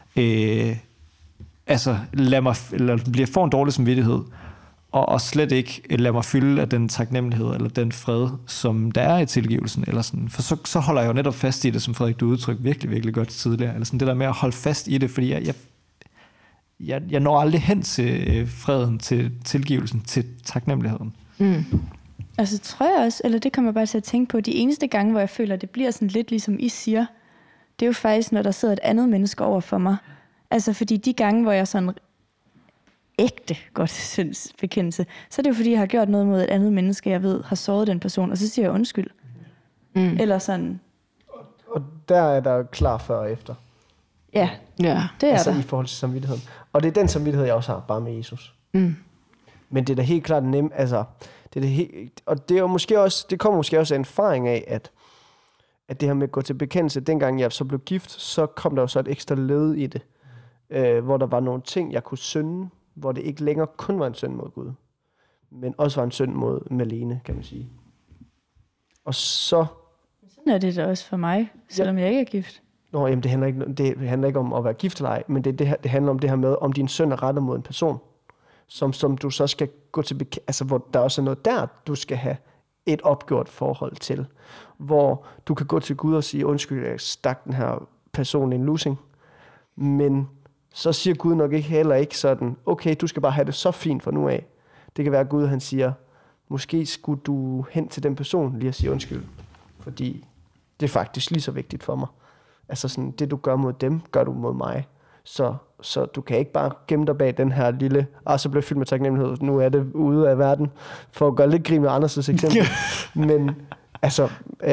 får en dårlig samvittighed, og slet ikke lader mig fylde af den taknemmelighed, eller den fred, som der er i tilgivelsen, eller sådan. For så holder jeg jo netop fast i det, som Frederik, du udtrykte virkelig, virkelig godt tidligere, eller sådan det der med at holde fast i det, fordi jeg når aldrig hen til freden, til tilgivelsen, til taknemmeligheden. Altså tror jeg også, eller det kommer bare til at tænke på, de eneste gange, hvor jeg føler, at det bliver sådan lidt ligesom I siger, det er jo faktisk, når der sidder et andet menneske over for mig. Altså fordi de gange, hvor jeg sådan ægte godt syndsbekendelse, så er det jo fordi, jeg har gjort noget mod et andet menneske, jeg ved har såret den person, og så siger jeg undskyld. Eller sådan, Og der er der klar før og efter. ja, Ja. det er Altså der. i forhold til samvittigheden. Og det er den samvittighed, jeg også har, bare med Jesus. Men det er da helt klart nemt, altså, det er det helt, og det er jo måske også, det kommer måske også af en erfaring af, at det her med at gå til bekendelse, dengang jeg så blev gift, så kom der jo så et ekstra led i det, hvor der var nogle ting, jeg kunne synde, hvor det ikke længere kun var en synd mod Gud, men også var en synd mod Malene, kan man sige. Og så... Sådan er det da også for mig, selvom jeg ikke er gift. Jamen, det handler ikke om at være gift eller ej, men det handler om det her med, om din synd er rettet mod en person, som du så skal gå til, altså hvor der også er noget der, du skal have et opgjort forhold til, hvor du kan gå til Gud og sige, undskyld, jeg stak den her person i en losing, men så siger Gud nok heller ikke sådan, okay, du skal bare have det så fint fra nu af. Det kan være, at Gud han siger, måske skulle du hen til den person lige at sige undskyld, fordi det er faktisk lige så vigtigt for mig. Altså sådan, det du gør mod dem, gør du mod mig. Så du kan ikke bare gemme dig bag den her lille, så blev jeg fyldt med taknemmelighed, nu er det ude af verden, for at gøre lidt grin med Anders' eksempel. Men altså,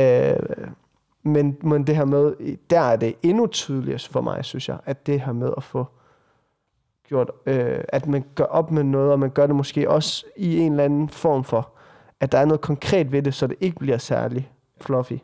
men det her med, der er det endnu tydeligere for mig, synes jeg, at det her med at få gjort, at man gør op med noget, og man gør det måske også i en eller anden form for, at der er noget konkret ved det, så det ikke bliver særlig fluffy.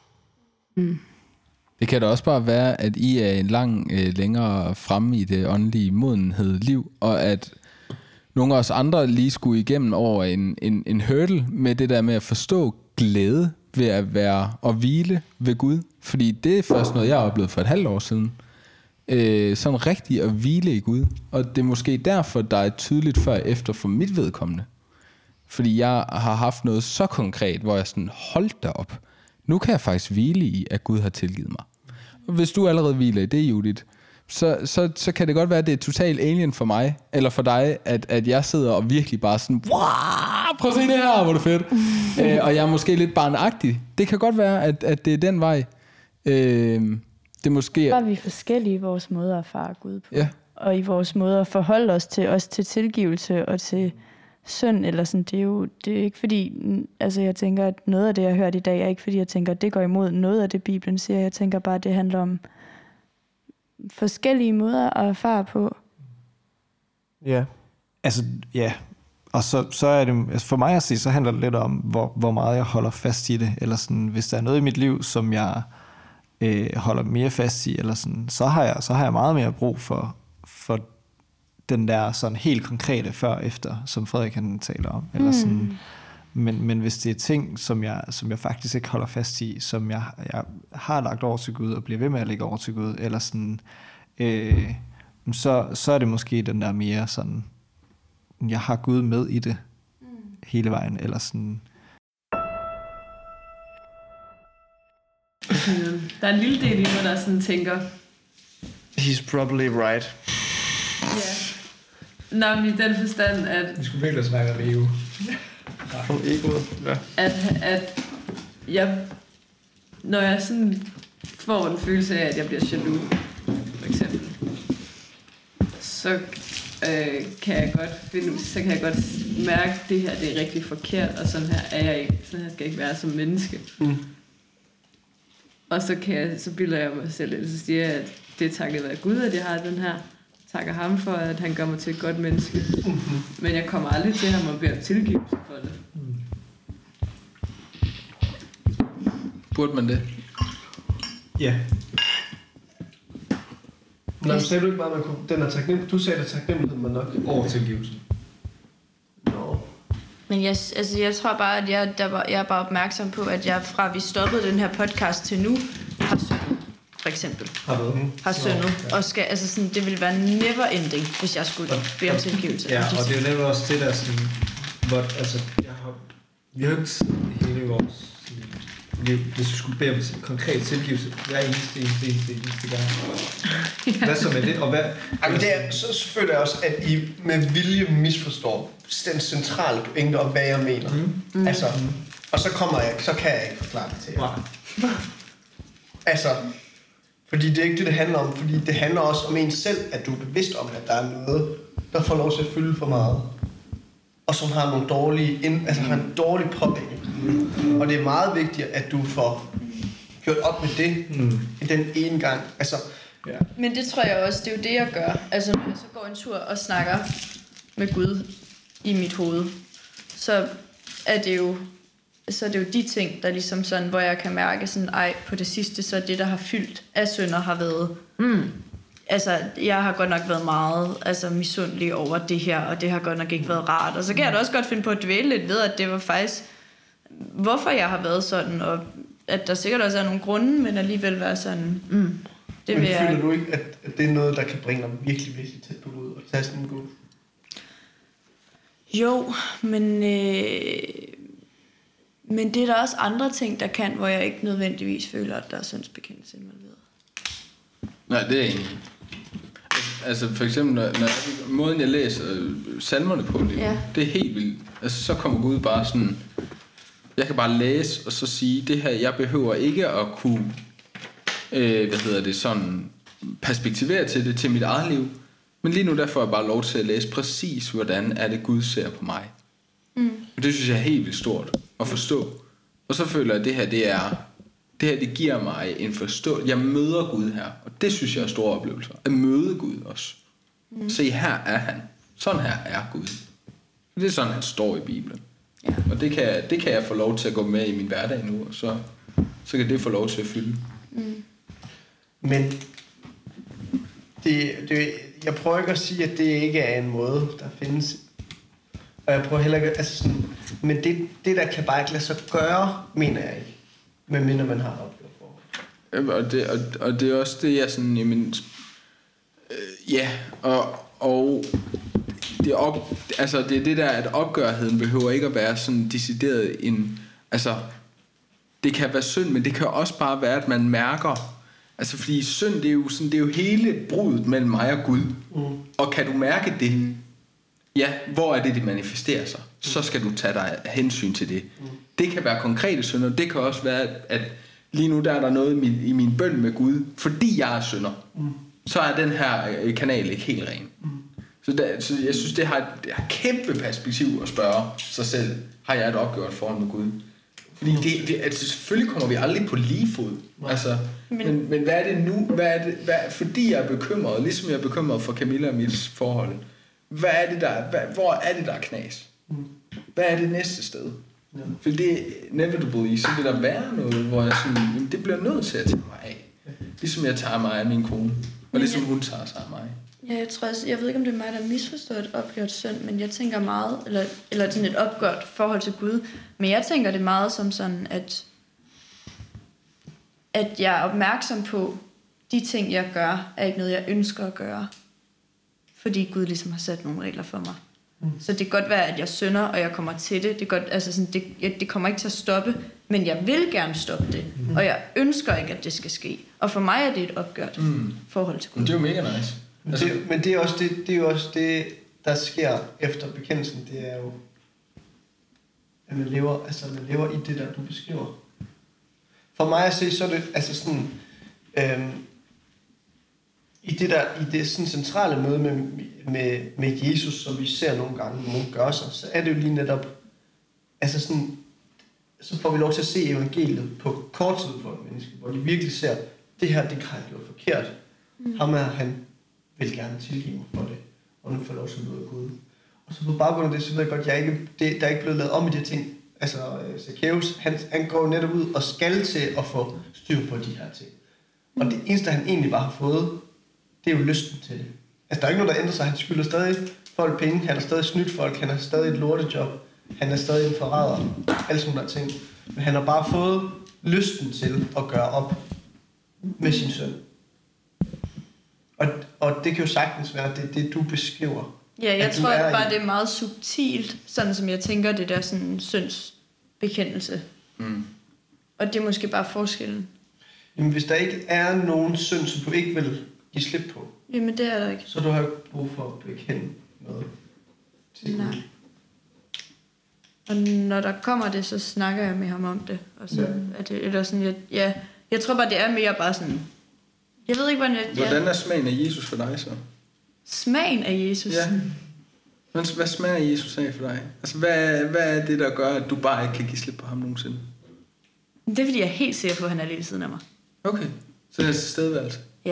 Det kan da også bare være, at I er en længere fremme i det åndelige modenhed liv, og at nogle af os andre lige skulle igennem over en hurdle med det der med at forstå glæde ved at være og hvile ved Gud. Fordi det er først noget, jeg har oplevet for et halvt år siden. Sådan rigtigt at hvile i Gud. Og det er måske derfor, der er tydeligt før og efter for mit vedkommende. Fordi jeg har haft noget så konkret, hvor jeg sådan, holdt derop. Nu kan jeg faktisk hvile i, at Gud har tilgivet mig. Og hvis du allerede hviler i det, Judith, så kan det godt være, at det er totalt alien for mig, eller for dig, at jeg sidder og virkelig bare sådan, wow, prøv at se det her, hvor det fedt. Og jeg er måske lidt barnagtig. Det kan godt være, at det er den vej. Det er måske... Bare vi er forskellige i vores måde at erfare Gud på. Ja. Og i vores måde at forholde os til tilgivelse og til synd, eller sådan, det er ikke fordi, altså jeg tænker, at noget af det, jeg har hørt i dag, er ikke fordi, jeg tænker, at det går imod noget af det, Bibelen siger. Jeg tænker bare, at det handler om forskellige måder at erfare på. Ja. Altså, ja. Og så er det, altså for mig at sige, så handler det lidt om, hvor meget jeg holder fast i det. Eller sådan, hvis der er noget i mit liv, som jeg holder mere fast i, eller sådan, så har jeg meget mere brug for den der sådan helt konkrete før og efter, som Frederik han taler om. Eller sådan, men hvis det er ting, som jeg faktisk ikke holder fast i, som jeg har lagt over til Gud, og bliver ved med at lægge over til Gud, eller sådan, så er det måske den der mere sådan, jeg har Gud med i det hele vejen, eller sådan. Der er en lille del i mig, der sådan tænker, He's probably right. ja. Nå, men i den forstand, at Vi skulle virkelig snakke om EU. Om egoet. Ja. at jeg, når jeg sådan får en følelse af, at jeg bliver jaloux, for eksempel, så kan jeg godt mærke, at det her det er rigtig forkert, og sådan her er jeg ikke. Sådan her skal jeg ikke være som menneske. Og så bilder jeg mig selv lidt, så siger jeg, at det er takket være Gud, at jeg har den her. Takker ham for, at han gør mig til et godt menneske. Men jeg kommer aldrig til ham og beder om tilgivelse for det. Burde man det? Ja. Nå, sagde du ikke bare, at man kunne... Den er taknemmelig. Du sagde, at taknemmelighed man nok... Over tilgivelsen. Nå. Men jeg tror bare, at jeg er bare opmærksom på, at jeg fra vi stoppede den her podcast til nu, har syndet, for eksempel. Har syndet. Og skal, altså sådan, det ville være never ending, hvis jeg skulle bede om tilgivelse. Ja, og det er jo netop også det der sådan... Vi har jo ikke hele vores liv, hvis vi skulle bede om konkret tilgivelse hver eneste gang. Hvad så med det? Og hvad? Jamen, så føler jeg også, at I med vilje misforstår den centrale pointe om, hvad jeg mener. Altså, og så kan jeg ikke forklare det til jer. Altså, fordi det er ikke det handler om. Fordi det handler også om en selv, at du er bevidst om, at der er noget, der får lov til at fylde for meget. Og som har nogle har en dårlig påvirkning. Og det er meget vigtigt, at du får gjort op med det i den ene gang. Altså, Ja. Men det tror jeg også, det er jo det, jeg gør. Altså, når jeg så går en tur og snakker med Gud i mit hoved, så er det jo de ting, der ligesom sådan, hvor jeg kan mærke sådan, på det sidste, så det, der har fyldt af synder, har været... Altså, jeg har godt nok været meget misundelig over det her, og det har godt nok ikke været rart. Og så kan jeg da også godt finde på at dvæle lidt ved, at det var faktisk, hvorfor jeg har været sådan, og at der sikkert også er nogle grunde, men alligevel være sådan, det vil jeg... føler du ikke, at det er noget, der kan bringe dig virkelig, virkelig tæt på Gud og tage sådan en Gud? Jo, men det er der også andre ting, der kan, hvor jeg ikke nødvendigvis føler, at der er syndsbekendelse involveret. Nej, det er egentlig. Altså for eksempel, når måden jeg læser salmerne på, det er helt vildt. Altså så kommer Gud bare sådan, jeg kan bare læse og så sige, det her, jeg behøver ikke at kunne, sådan perspektivere til det, til mit eget liv. Men lige nu der får jeg bare lov til at læse præcis, hvordan er det Gud ser på mig. Og det synes jeg er helt vildt stort at forstå. Og så føler jeg, at det her, det giver mig en forståelse. Jeg møder Gud her, og det synes jeg er store oplevelser. At møde Gud også. Se, her er han. Sådan her er Gud. Det er sådan, han står i Bibelen. Ja. Og det kan jeg få lov til at gå med i min hverdag nu, og så kan det få lov til at fylde. Men jeg prøver ikke at sige, at det ikke er en måde, der findes. Og jeg prøver heller ikke... Altså sådan, men det der kan bare ikke lade sig gøre, mener jeg ikke. Medmindre man har oplevet forhold. Og det er også det, jeg sådan... Jamen, og det er det der, at opgørheden behøver ikke at være sådan decideret en... Altså, det kan være synd, men det kan også bare være, at man mærker... Altså, fordi synd, det er jo hele brudet mellem mig og Gud. Og kan du mærke det? Ja, hvor er det manifesterer sig? Så skal du tage dig hensyn til det. Det kan være konkrete synder. Det kan også være, at lige nu der er der noget i min bøn med Gud, fordi jeg er synder. Så er den her kanal ikke helt ren. Så jeg synes, det har et kæmpe perspektiv at spørge sig selv, har jeg et opgjort forhold med Gud? Fordi altså, selvfølgelig kommer vi aldrig på lige fod. Altså, men hvad er det nu? Fordi jeg er bekymret, ligesom jeg er bekymret for Camilla og mit forhold. Hvor er det, der er knas? Hvad er det næste sted? Ja. For det inevitably, så vil der være noget, hvor jeg sådan, jamen, det bliver nødt til at tage mig af. Ligesom jeg tager mig af min kone, og ligesom hun tager sig af mig. Ja, jeg ved ikke, om det er mig, der har misforstået et opgjort synd, men jeg tænker meget, eller sådan et opgjort forhold til Gud, men jeg tænker det meget som sådan, at jeg er opmærksom på, de ting, jeg gør, er ikke noget, jeg ønsker at gøre. Fordi Gud ligesom har sat nogle regler for mig. Så det kan godt være, at jeg synder, og jeg kommer til det. Det kommer ikke til at stoppe Men jeg vil gerne stoppe det, og jeg ønsker ikke, at det skal ske. Og for mig er det et opgjort forhold til Gud. Men det er jo mega nice. Men det er jo også det, der sker efter bekendelsen. Det er jo, at man lever i det der, du beskriver. For mig at se, så er det altså sådan, i det sådan centrale møde med Jesus, som vi ser nogle gange, nogen gør sig, så er det jo lige netop, altså sådan, så får vi lov til at se evangeliet på kort tid for et menneske, hvor de virkelig ser, det her, det har jeg gjort forkert. Ham her, han vil gerne tilgive mig for det, og nu får lov til at møde Gud. Og så på baggrund af det, så ved jeg godt, der er ikke blevet lavet om i de her ting. Altså, Zacchaeus, han går netop ud og skal til at få styr på de her ting. Og det eneste, han egentlig bare har fået, det er jo lysten til det. Altså, der er ikke noget, der ændrer sig. Han skylder stadig folk penge, han har stadig snydt folk, han har stadig et lortejob, han er stadig en forræder, alle sådan der ting. Men han har bare fået lysten til at gøre op med sin søn. Og det kan jo sagtens være, det du beskriver. Ja, jeg tror bare, det er meget subtilt, sådan som jeg tænker, det der sådan syndsbekendelse. Og det er måske bare forskellen. Jamen, hvis der ikke er nogen synd, som du ikke vil give slip på, jamen, det er der ikke. så du har ikke brug for at bekende noget til Gud. Nej. Og når der kommer det, så snakker jeg med ham om det. Og så er det eller sådan, jeg tror bare, det er mere bare sådan, jeg ved ikke, hvordan er smagen af Jesus for dig så? Smagen af Jesus? Ja. Men hvad smager Jesus af for dig? Altså, hvad er det, der gør, at du bare ikke kan give slip på ham nogensinde? Det er, fordi jeg er helt sikker på, at han er lige ved siden af mig. Okay, så det er tilstedeværelse? Ja.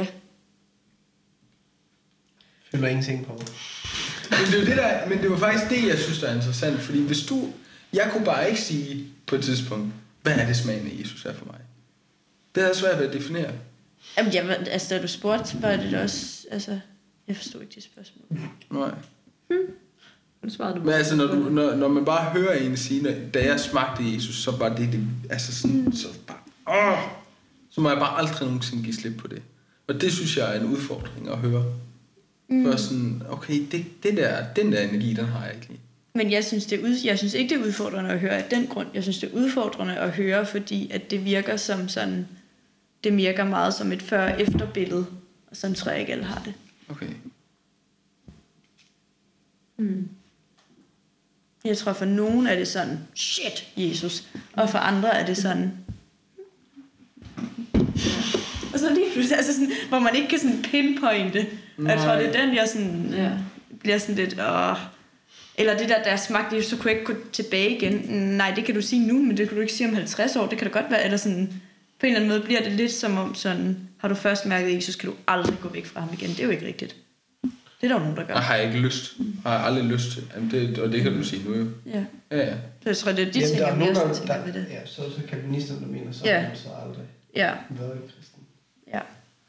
Føler ingenting på mig. Men det var faktisk det, jeg synes, der er interessant. Fordi hvis jeg kunne bare ikke sige på et tidspunkt, hvad er det smagen af Jesus er for mig? Det er svært at definere. Jamen, da du spurgte, var det også, altså, jeg forstod ikke de spørgsmål. Nej. Du men altså, når man bare hører en sige, da jeg smagte Jesus, så var det altså sådan, så bare, så må jeg bare aldrig nogensinde give slip på det. Og det synes jeg er en udfordring at høre. For sådan, okay, den der energi, den har jeg ikke lige. Men jeg synes ikke, det er udfordrende at høre af den grund. Jeg synes, det er udfordrende at høre, fordi at det virker som sådan, det virker meget som et før-efter-billede. Og sådan tror jeg ikke, alle har det. Okay. Jeg tror, for nogen er det sådan, shit, Jesus. Og for andre er det sådan, og så lige pludselig, altså sådan, hvor man ikke kan sådan pinpointe. Og jeg tror, det er den, jeg sådan, bliver sådan lidt, eller det der smagte Jesus, så kunne jeg ikke gå tilbage igen. Nej, det kan du sige nu, men det kan du ikke sige om 50 år. Det kan da godt være, eller sådan, på en eller anden måde bliver det lidt som om sådan, har du først mærket Jesus, kan du aldrig gå væk fra ham igen. Det er jo ikke rigtigt. Det er der jo nogen, der gør. Og har jeg ikke lyst. Har jeg aldrig lyst til. Jamen og det kan du sige nu jo. Ja. Ja. Så jeg tror, det er de ting, jeg mere tænker ved det. Ja, så kalvinisterne, der mener så, så aldrig. Ja. Været i kristen. Ja.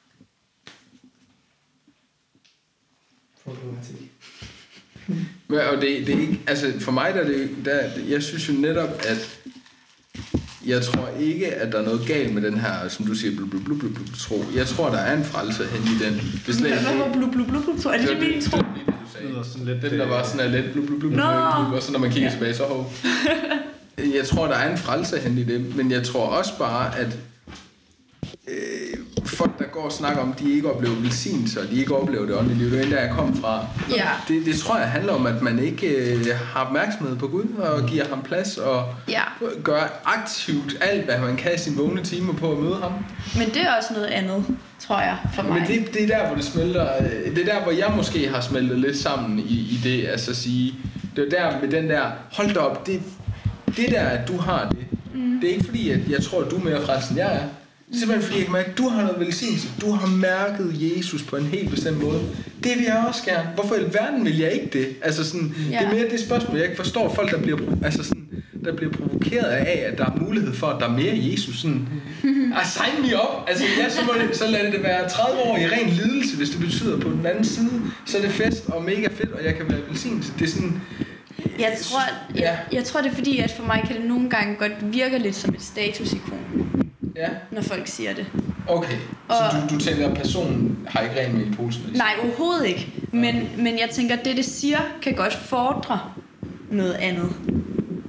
Men, og det er ikke, altså for mig jeg synes jo netop, at jeg tror ikke, at der er noget galt med den her, som du siger, tro. Jeg tror, der er en frelse hen i den. Hvad var tro? Er det min tro? Den der var sådan lidt og så når man kigger tilbage, så jeg tror, der er en frelse hen i det, men jeg tror også bare, at folk, der går og snakker om, de ikke oplever velsignelse, og de ikke oplever det åndelige liv. Det er der, jeg kom fra. Ja. Det tror jeg handler om, at man ikke har opmærksomhed på Gud, og giver ham plads, og gør aktivt alt, hvad man kan i sine vågne timer på at møde ham. Men det er også noget andet, tror jeg, for mig. Men det er der, hvor det smelter. Det er der, hvor jeg måske har smeltet lidt sammen i det, altså at sige, det er der med den der, hold da op, det der, at du har det. Det er ikke fordi, at jeg tror, at du er mere frelst, end jeg er. Simpelthen fordi jeg kan mærke, at du har noget velsignelse. Du har mærket Jesus på en helt bestemt måde. Det vil jeg også gerne. Hvorfor i verden vil jeg ikke det? Altså sådan, det er mere det spørgsmål, jeg ikke forstår. Folk, der bliver provokeret af, at der er mulighed for, at der er mere Jesus. Sådan, sign me up. Altså, så lad det være 30 år i ren lidelse, hvis det betyder på den anden side. Så er det fest og mega fedt, og jeg kan være velsignelse. Det er sådan... Jeg tror, det er fordi, at for mig kan det nogle gange godt virke lidt som et statusikon. Ja. Når folk siger det. Okay, så du tænker, at personen har ikke rent med i posen? Nej, overhovedet ikke. Men jeg tænker, at det siger, kan godt fordre noget andet.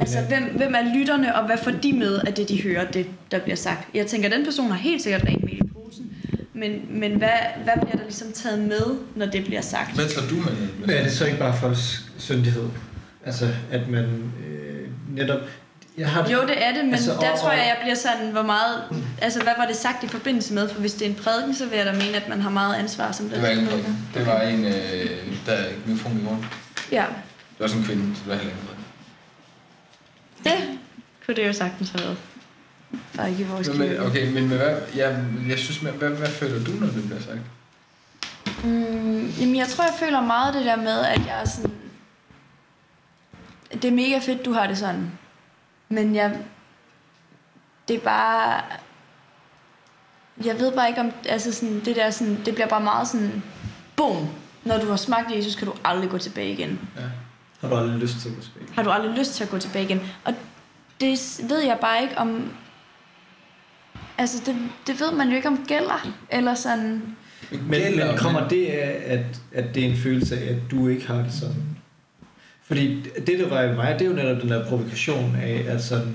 Altså, hvem er lytterne, og hvad får de med af det, de hører, det, der bliver sagt? Jeg tænker, den person har helt sikkert rent med i posen, men hvad bliver der ligesom taget med, når det bliver sagt? Hvad tager du med det? Men er det så ikke bare folks syndighed? Altså, at man netop... Jo, det er det, men altså, der tror jeg bliver sådan, hvor meget... Altså, hvad var det sagt i forbindelse med? For hvis det er en prædiken, så vil jeg da mene, at man har meget ansvar som det var ikke prædiken. Det var en, der mikrofon i rundt. Ja. Det var sådan en kvinde, så det var heller ikke prædiken. Det kunne det jo sagtens have været. Bare ikke i vores men, okay, men hvad, jeg synes, hvad føler du, når det bliver sagt? Jamen, jeg tror, jeg føler meget det der med, at jeg er sådan... Det er mega fedt, du har det sådan. Men det er bare... Jeg ved bare ikke om... Altså sådan, det der sådan... Det bliver bare meget sådan... Boom! Når du har smagt Jesus, kan du aldrig gå tilbage igen. Ja. Har du aldrig lyst til at gå tilbage? Har du aldrig lyst til at gå tilbage igen? Og det ved jeg bare ikke om... Altså, det ved man jo ikke om gælder. Eller sådan... Men kommer det af, at det er en følelse af, at du ikke har det sådan? Fordi det, der var i mig, det er jo netop den der provokation af, at sådan...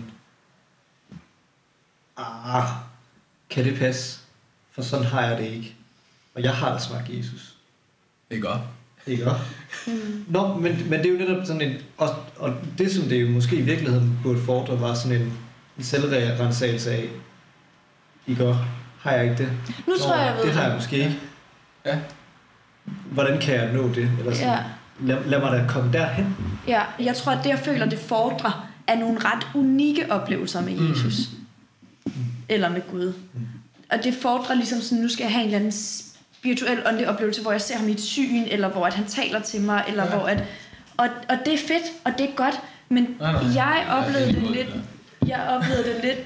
kan det passe? For sådan har jeg det ikke. Og jeg har da smagt Jesus. Ikke op. Ikke op? Nå, men det er jo netop sådan en... Og det, som det jo måske i virkeligheden burde fordre, var sådan en selvrensagelse af... Ikke op? Har jeg ikke det? Nu tror jeg ved det har jeg måske ikke. Ja. Hvordan kan jeg nå det? Eller sådan. Ja. Lad mig da komme derhen. Ja, jeg tror, at det, jeg føler, det fordrer, er nogle ret unikke oplevelser med Jesus. Eller med Gud. Og det fordrer ligesom sådan, nu skal jeg have en eller anden spirituel åndelig oplevelse, hvor jeg ser ham i et syn, eller hvor at han taler til mig, eller hvor at... Og det er fedt, og det er godt, men jeg oplevede det lidt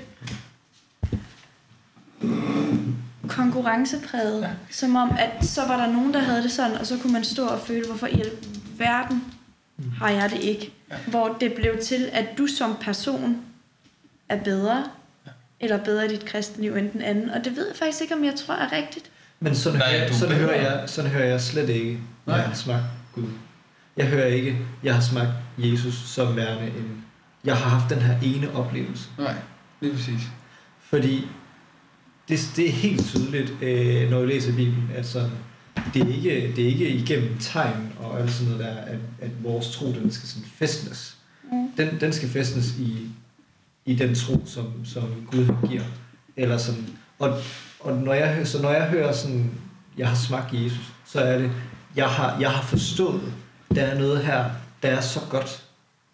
konkurrencepræget, som om, at så var der nogen, der havde det sådan, og så kunne man stå og føle, hvorfor i verden har jeg det ikke. Hvor det blev til, at du som person er bedre, eller bedre i dit kristenliv end den anden. Og det ved jeg faktisk ikke, om jeg tror er rigtigt. Men sådan hører jeg slet ikke, når jeg har smagt Gud. Jeg hører ikke, jeg har smagt Jesus som værende en... Jeg har haft den her ene oplevelse. Nej, lige præcis. Fordi det er helt tydeligt, når jeg læser Bibelen, at sådan, det er ikke igennem tegn og alt sådan noget der, at vores tro, den skal sådan fæstnes. Den skal fæstnes i den tro, som Gud giver. Eller sådan, og når jeg hører sådan, jeg har smagt Jesus, så er det, jeg har forstået, der er noget her, der er så godt,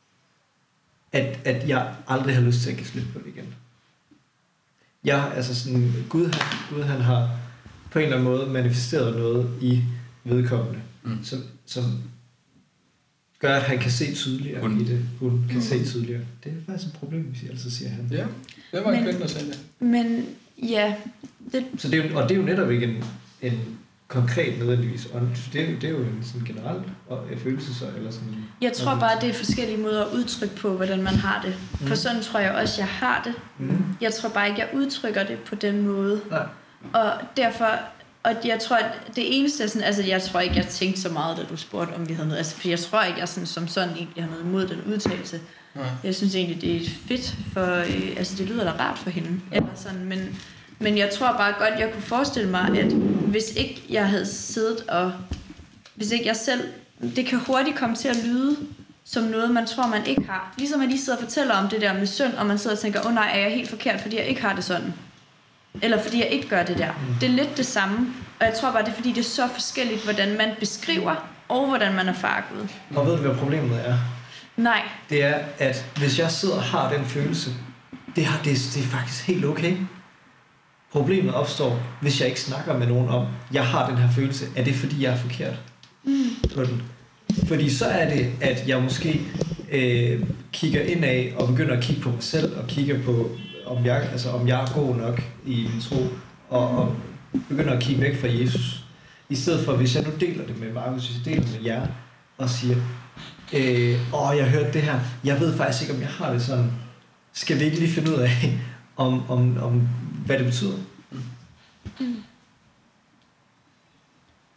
at jeg aldrig har lyst til at give slip på det igen. Altså sådan, Gud han har på en eller anden måde manifesteret noget i vedkommende, som gør, at han kan se tydeligere i det. Hun kan se tydeligere. Det er faktisk et problem, hvis jeg altid siger han. Ja, det var en kvinde, der sagde det. Men ja... Så det er jo netop ikke en konkret nødvendigvis. Og det er jo en sådan generelt følelse så, eller sådan. Jeg tror bare, det er forskellige måder at udtrykke på, hvordan man har det. For sådan tror jeg også, jeg har det. Jeg tror bare ikke, jeg udtrykker det på den måde. Nej. Og derfor... Og jeg tror, at det eneste er sådan... Altså, jeg tror ikke, jeg tænkte så meget, da du spurgte, om vi havde noget... Altså, for jeg tror ikke, jeg sådan, som sådan egentlig har noget imod den udtalelse. Jeg synes egentlig, det er fedt, for... altså, det lyder da rart for hende. Eller sådan, men jeg tror bare godt, jeg kunne forestille mig, at hvis ikke jeg havde siddet og... Hvis ikke jeg selv... Det kan hurtigt komme til at lyde som noget, man tror, man ikke har. Ligesom at I sidder og fortæller om det der med synd, og man sidder og tænker, nej, er jeg helt forkert, fordi jeg ikke har det sådan? Eller fordi jeg ikke gør det der. Det er lidt det samme. Og jeg tror bare, det er fordi, det er så forskelligt, hvordan man beskriver, og hvordan man erfarer Gud. Og ved du, hvad problemet er? Nej. Det er, at hvis jeg sidder og har den følelse, det er faktisk helt okay. Problemet opstår, hvis jeg ikke snakker med nogen om, jeg har den her følelse, er det fordi, jeg er forkert på den. Fordi så er det, at jeg måske kigger indad og begynder at kigge på mig selv og kigger på, om jeg er god nok i min tro, og begynder at kigge væk fra Jesus. I stedet for, hvis jeg nu deler det med Markus, hvis jeg deler det med jer, og siger, jeg hørte det her, jeg ved faktisk ikke, om jeg har det sådan. Skal vi ikke lige finde ud af, om hvad det betyder?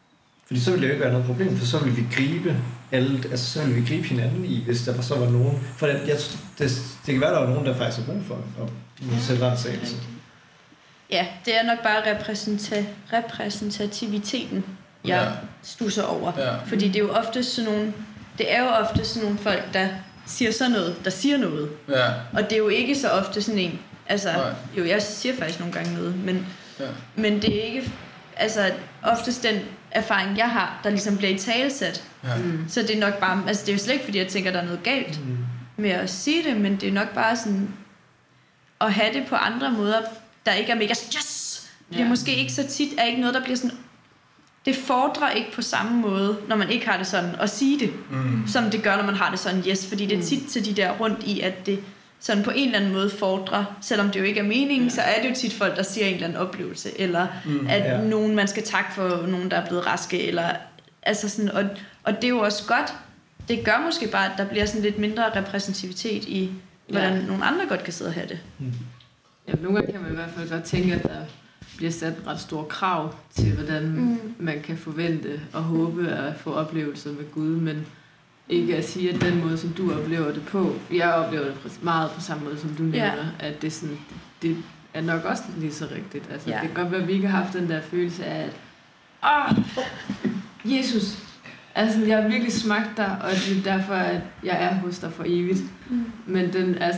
Fordi så ville det jo ikke være noget problem, for så ville vi gribe så ville vi gribe hinanden i, hvis der så var nogen. For det kan være, der var nogen, der faktisk har brug for en selvrensagelse. Ja, det er nok bare repræsentativiteten, jeg stusser over. Ja. Fordi det er jo ofte sådan nogle folk, der siger sådan noget, der siger noget. Ja. Og det er jo ikke så ofte sådan en, altså, jo, jeg siger faktisk nogle gange noget, men det er ikke, altså, oftest den erfaring, jeg har, der ligesom bliver italesat. Ja. Så det er nok bare, altså, det er jo slet ikke, fordi jeg tænker, der er noget galt med at sige det, men det er nok bare sådan, at have det på andre måder, der ikke er mega sådan, yes! Det er måske ikke så tit, er ikke noget, der bliver sådan, det fordrer ikke på samme måde, når man ikke har det sådan, at sige det, som det gør, når man har det sådan, yes, fordi det er tit til de der rundt i, at det sådan på en eller anden måde fordrer, selvom det jo ikke er meningen, så er det jo tit folk, der siger en eller anden oplevelse, eller at nogen, man skal takke for nogen, der er blevet raske, eller altså sådan, og det er jo også godt. Det gør måske bare, at der bliver sådan lidt mindre repræsentativitet i, hvordan nogle andre godt kan sidde og have det. Ja, nogle gange kan man i hvert fald godt tænke, at der bliver sat ret store krav til, hvordan man kan forvente og håbe at få oplevelser med Gud, men ikke at sige, at den måde, som du oplever det på, jeg oplever det meget på samme måde, som du nævner, at det, sådan, det er nok også lige så rigtigt. Altså, det kan godt være, at vi ikke har haft den der følelse af, at Jesus, altså jeg har virkelig smagt dig, og det er derfor, at jeg er hos dig for evigt. Men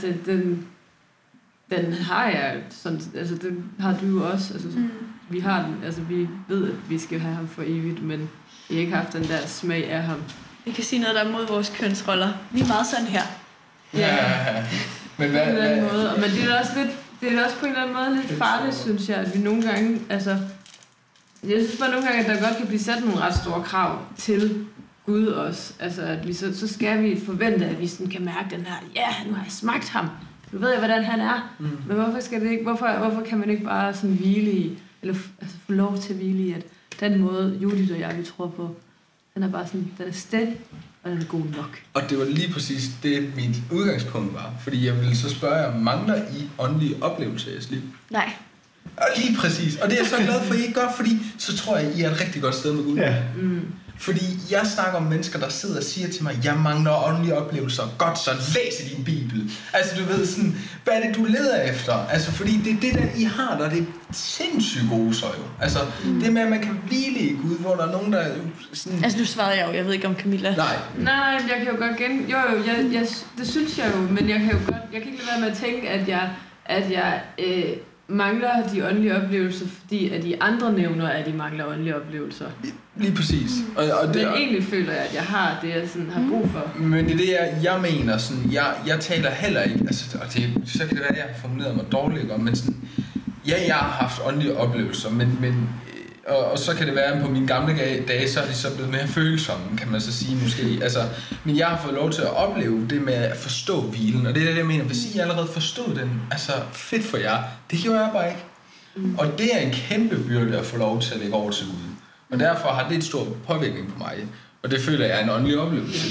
den har jeg sådan, altså den har du jo også, altså vi har den, altså vi ved, at vi skal have ham for evigt, men vi har ikke haft den der smag af ham. Vi kan sige noget, der er mod vores kønsroller. Vi er meget sådan her. Ja. Men på en eller anden måde, men det er også lidt, det er også på en eller anden måde lidt farligt, synes jeg, at vi nogle gange, altså jeg synes bare nogle gange, at der godt kan blive sat nogle ret store krav til Gud også, altså at vi så skal vi forvente, at vi sådan kan mærke den her, nu har jeg smagt ham. Nu ved jeg, hvordan han er, men hvorfor skal det ikke, hvorfor kan man ikke bare sådan hvile i, eller altså få lov til at hvile i, at den måde, Judith og jeg, vi tror på, den er bare sådan, den er stændig, og den er god nok. Og det var lige præcis det, mit udgangspunkt var, fordi jeg ville så spørge jer, mangler I åndelige oplevelser i jeres liv? Nej. Og lige præcis, og det er jeg så glad for, I ikke gør, fordi så tror jeg, I er et rigtig godt sted med Gud. Ja. Fordi jeg snakker om mennesker, der sidder og siger til mig, jeg mangler åndelige oplevelser. Godt, så læs i din bibel. Altså du ved sådan, hvad er det du leder efter? Altså fordi det er det der I har, der det er sindssygt gode så jo. Altså det med at man kan hvile i Gud, hvor der er nogen der sådan. Altså du svarede jeg jo, jeg ved ikke om Camilla. Nej, jeg kan jo godt jeg det synes jeg jo, men jeg kan ikke lade være med at tænke, at jeg mangler de åndelige oplevelser, fordi at de andre nævner, at de mangler åndelige oplevelser. Lige præcis. Men egentlig føler jeg, at jeg har det, jeg sådan har brug for. Men det er det, jeg mener. Sådan, jeg taler heller ikke, altså, og det, så kan det være, at jeg har formuleret mig dårligt om, men sådan, jeg har haft åndelige oplevelser, men og så kan det være, at på mine gamle dage, så er de så blevet mere følsomme, kan man så sige måske. Altså, men jeg har fået lov til at opleve det med at forstå hvilen, og det er det, jeg mener. Hvis I allerede forstod den, altså fedt for jer, det gjorde jeg bare ikke. Og det er en kæmpe byrde at få lov til at lægge over til Gud. Og derfor har det et stor påvirkning på mig, og det føler jeg er en åndelig oplevelse.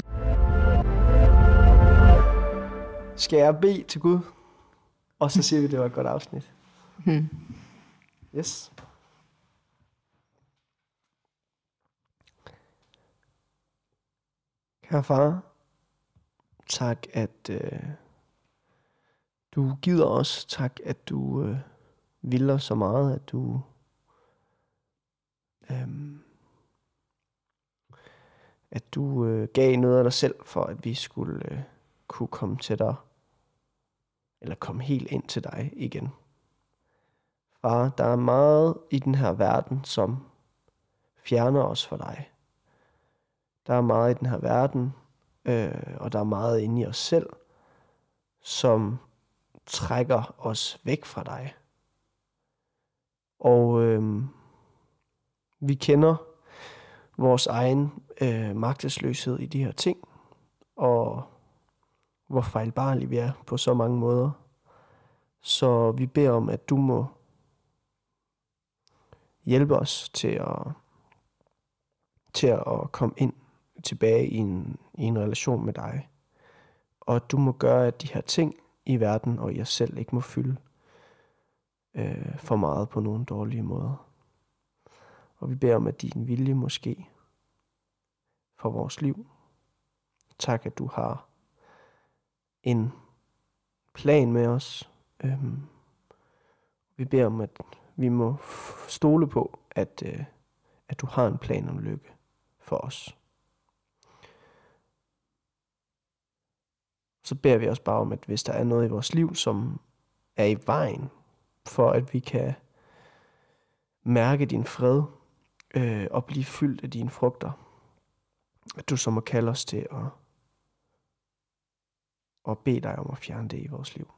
Skal jeg bede til Gud? Og så siger vi, det var et godt afsnit. Yes. Kære far, tak at du gider os. Tak at du vil os så meget, at du gav noget af dig selv for, at vi skulle kunne komme til dig, eller komme helt ind til dig igen. Far, der er meget i den her verden, som fjerner os fra dig. Der er meget i den her verden, og der er meget inde i os selv, som trækker os væk fra dig. Og vi kender vores egen magtesløshed i de her ting, og hvor fejlbarlige vi er på så mange måder. Så vi beder om, at du må hjælpe os til at komme ind tilbage i en relation med dig. Og at du må gøre, at de her ting i verden og i os selv ikke må fylde for meget på nogle dårlige måder. Og vi beder om, at din vilje måske for vores liv. Tak, at du har en plan med os. Vi beder om, at vi må stole på, at du har en plan om lykke for os. Så beder vi os bare om, at hvis der er noget i vores liv, som er i vejen for, at vi kan mærke din fred og blive fyldt af dine frugter, at du så må kalde os til at bede dig om at fjerne det i vores liv.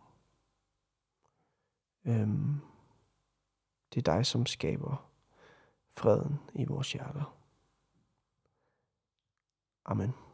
Det er dig, som skaber freden i vores hjerter. Amen.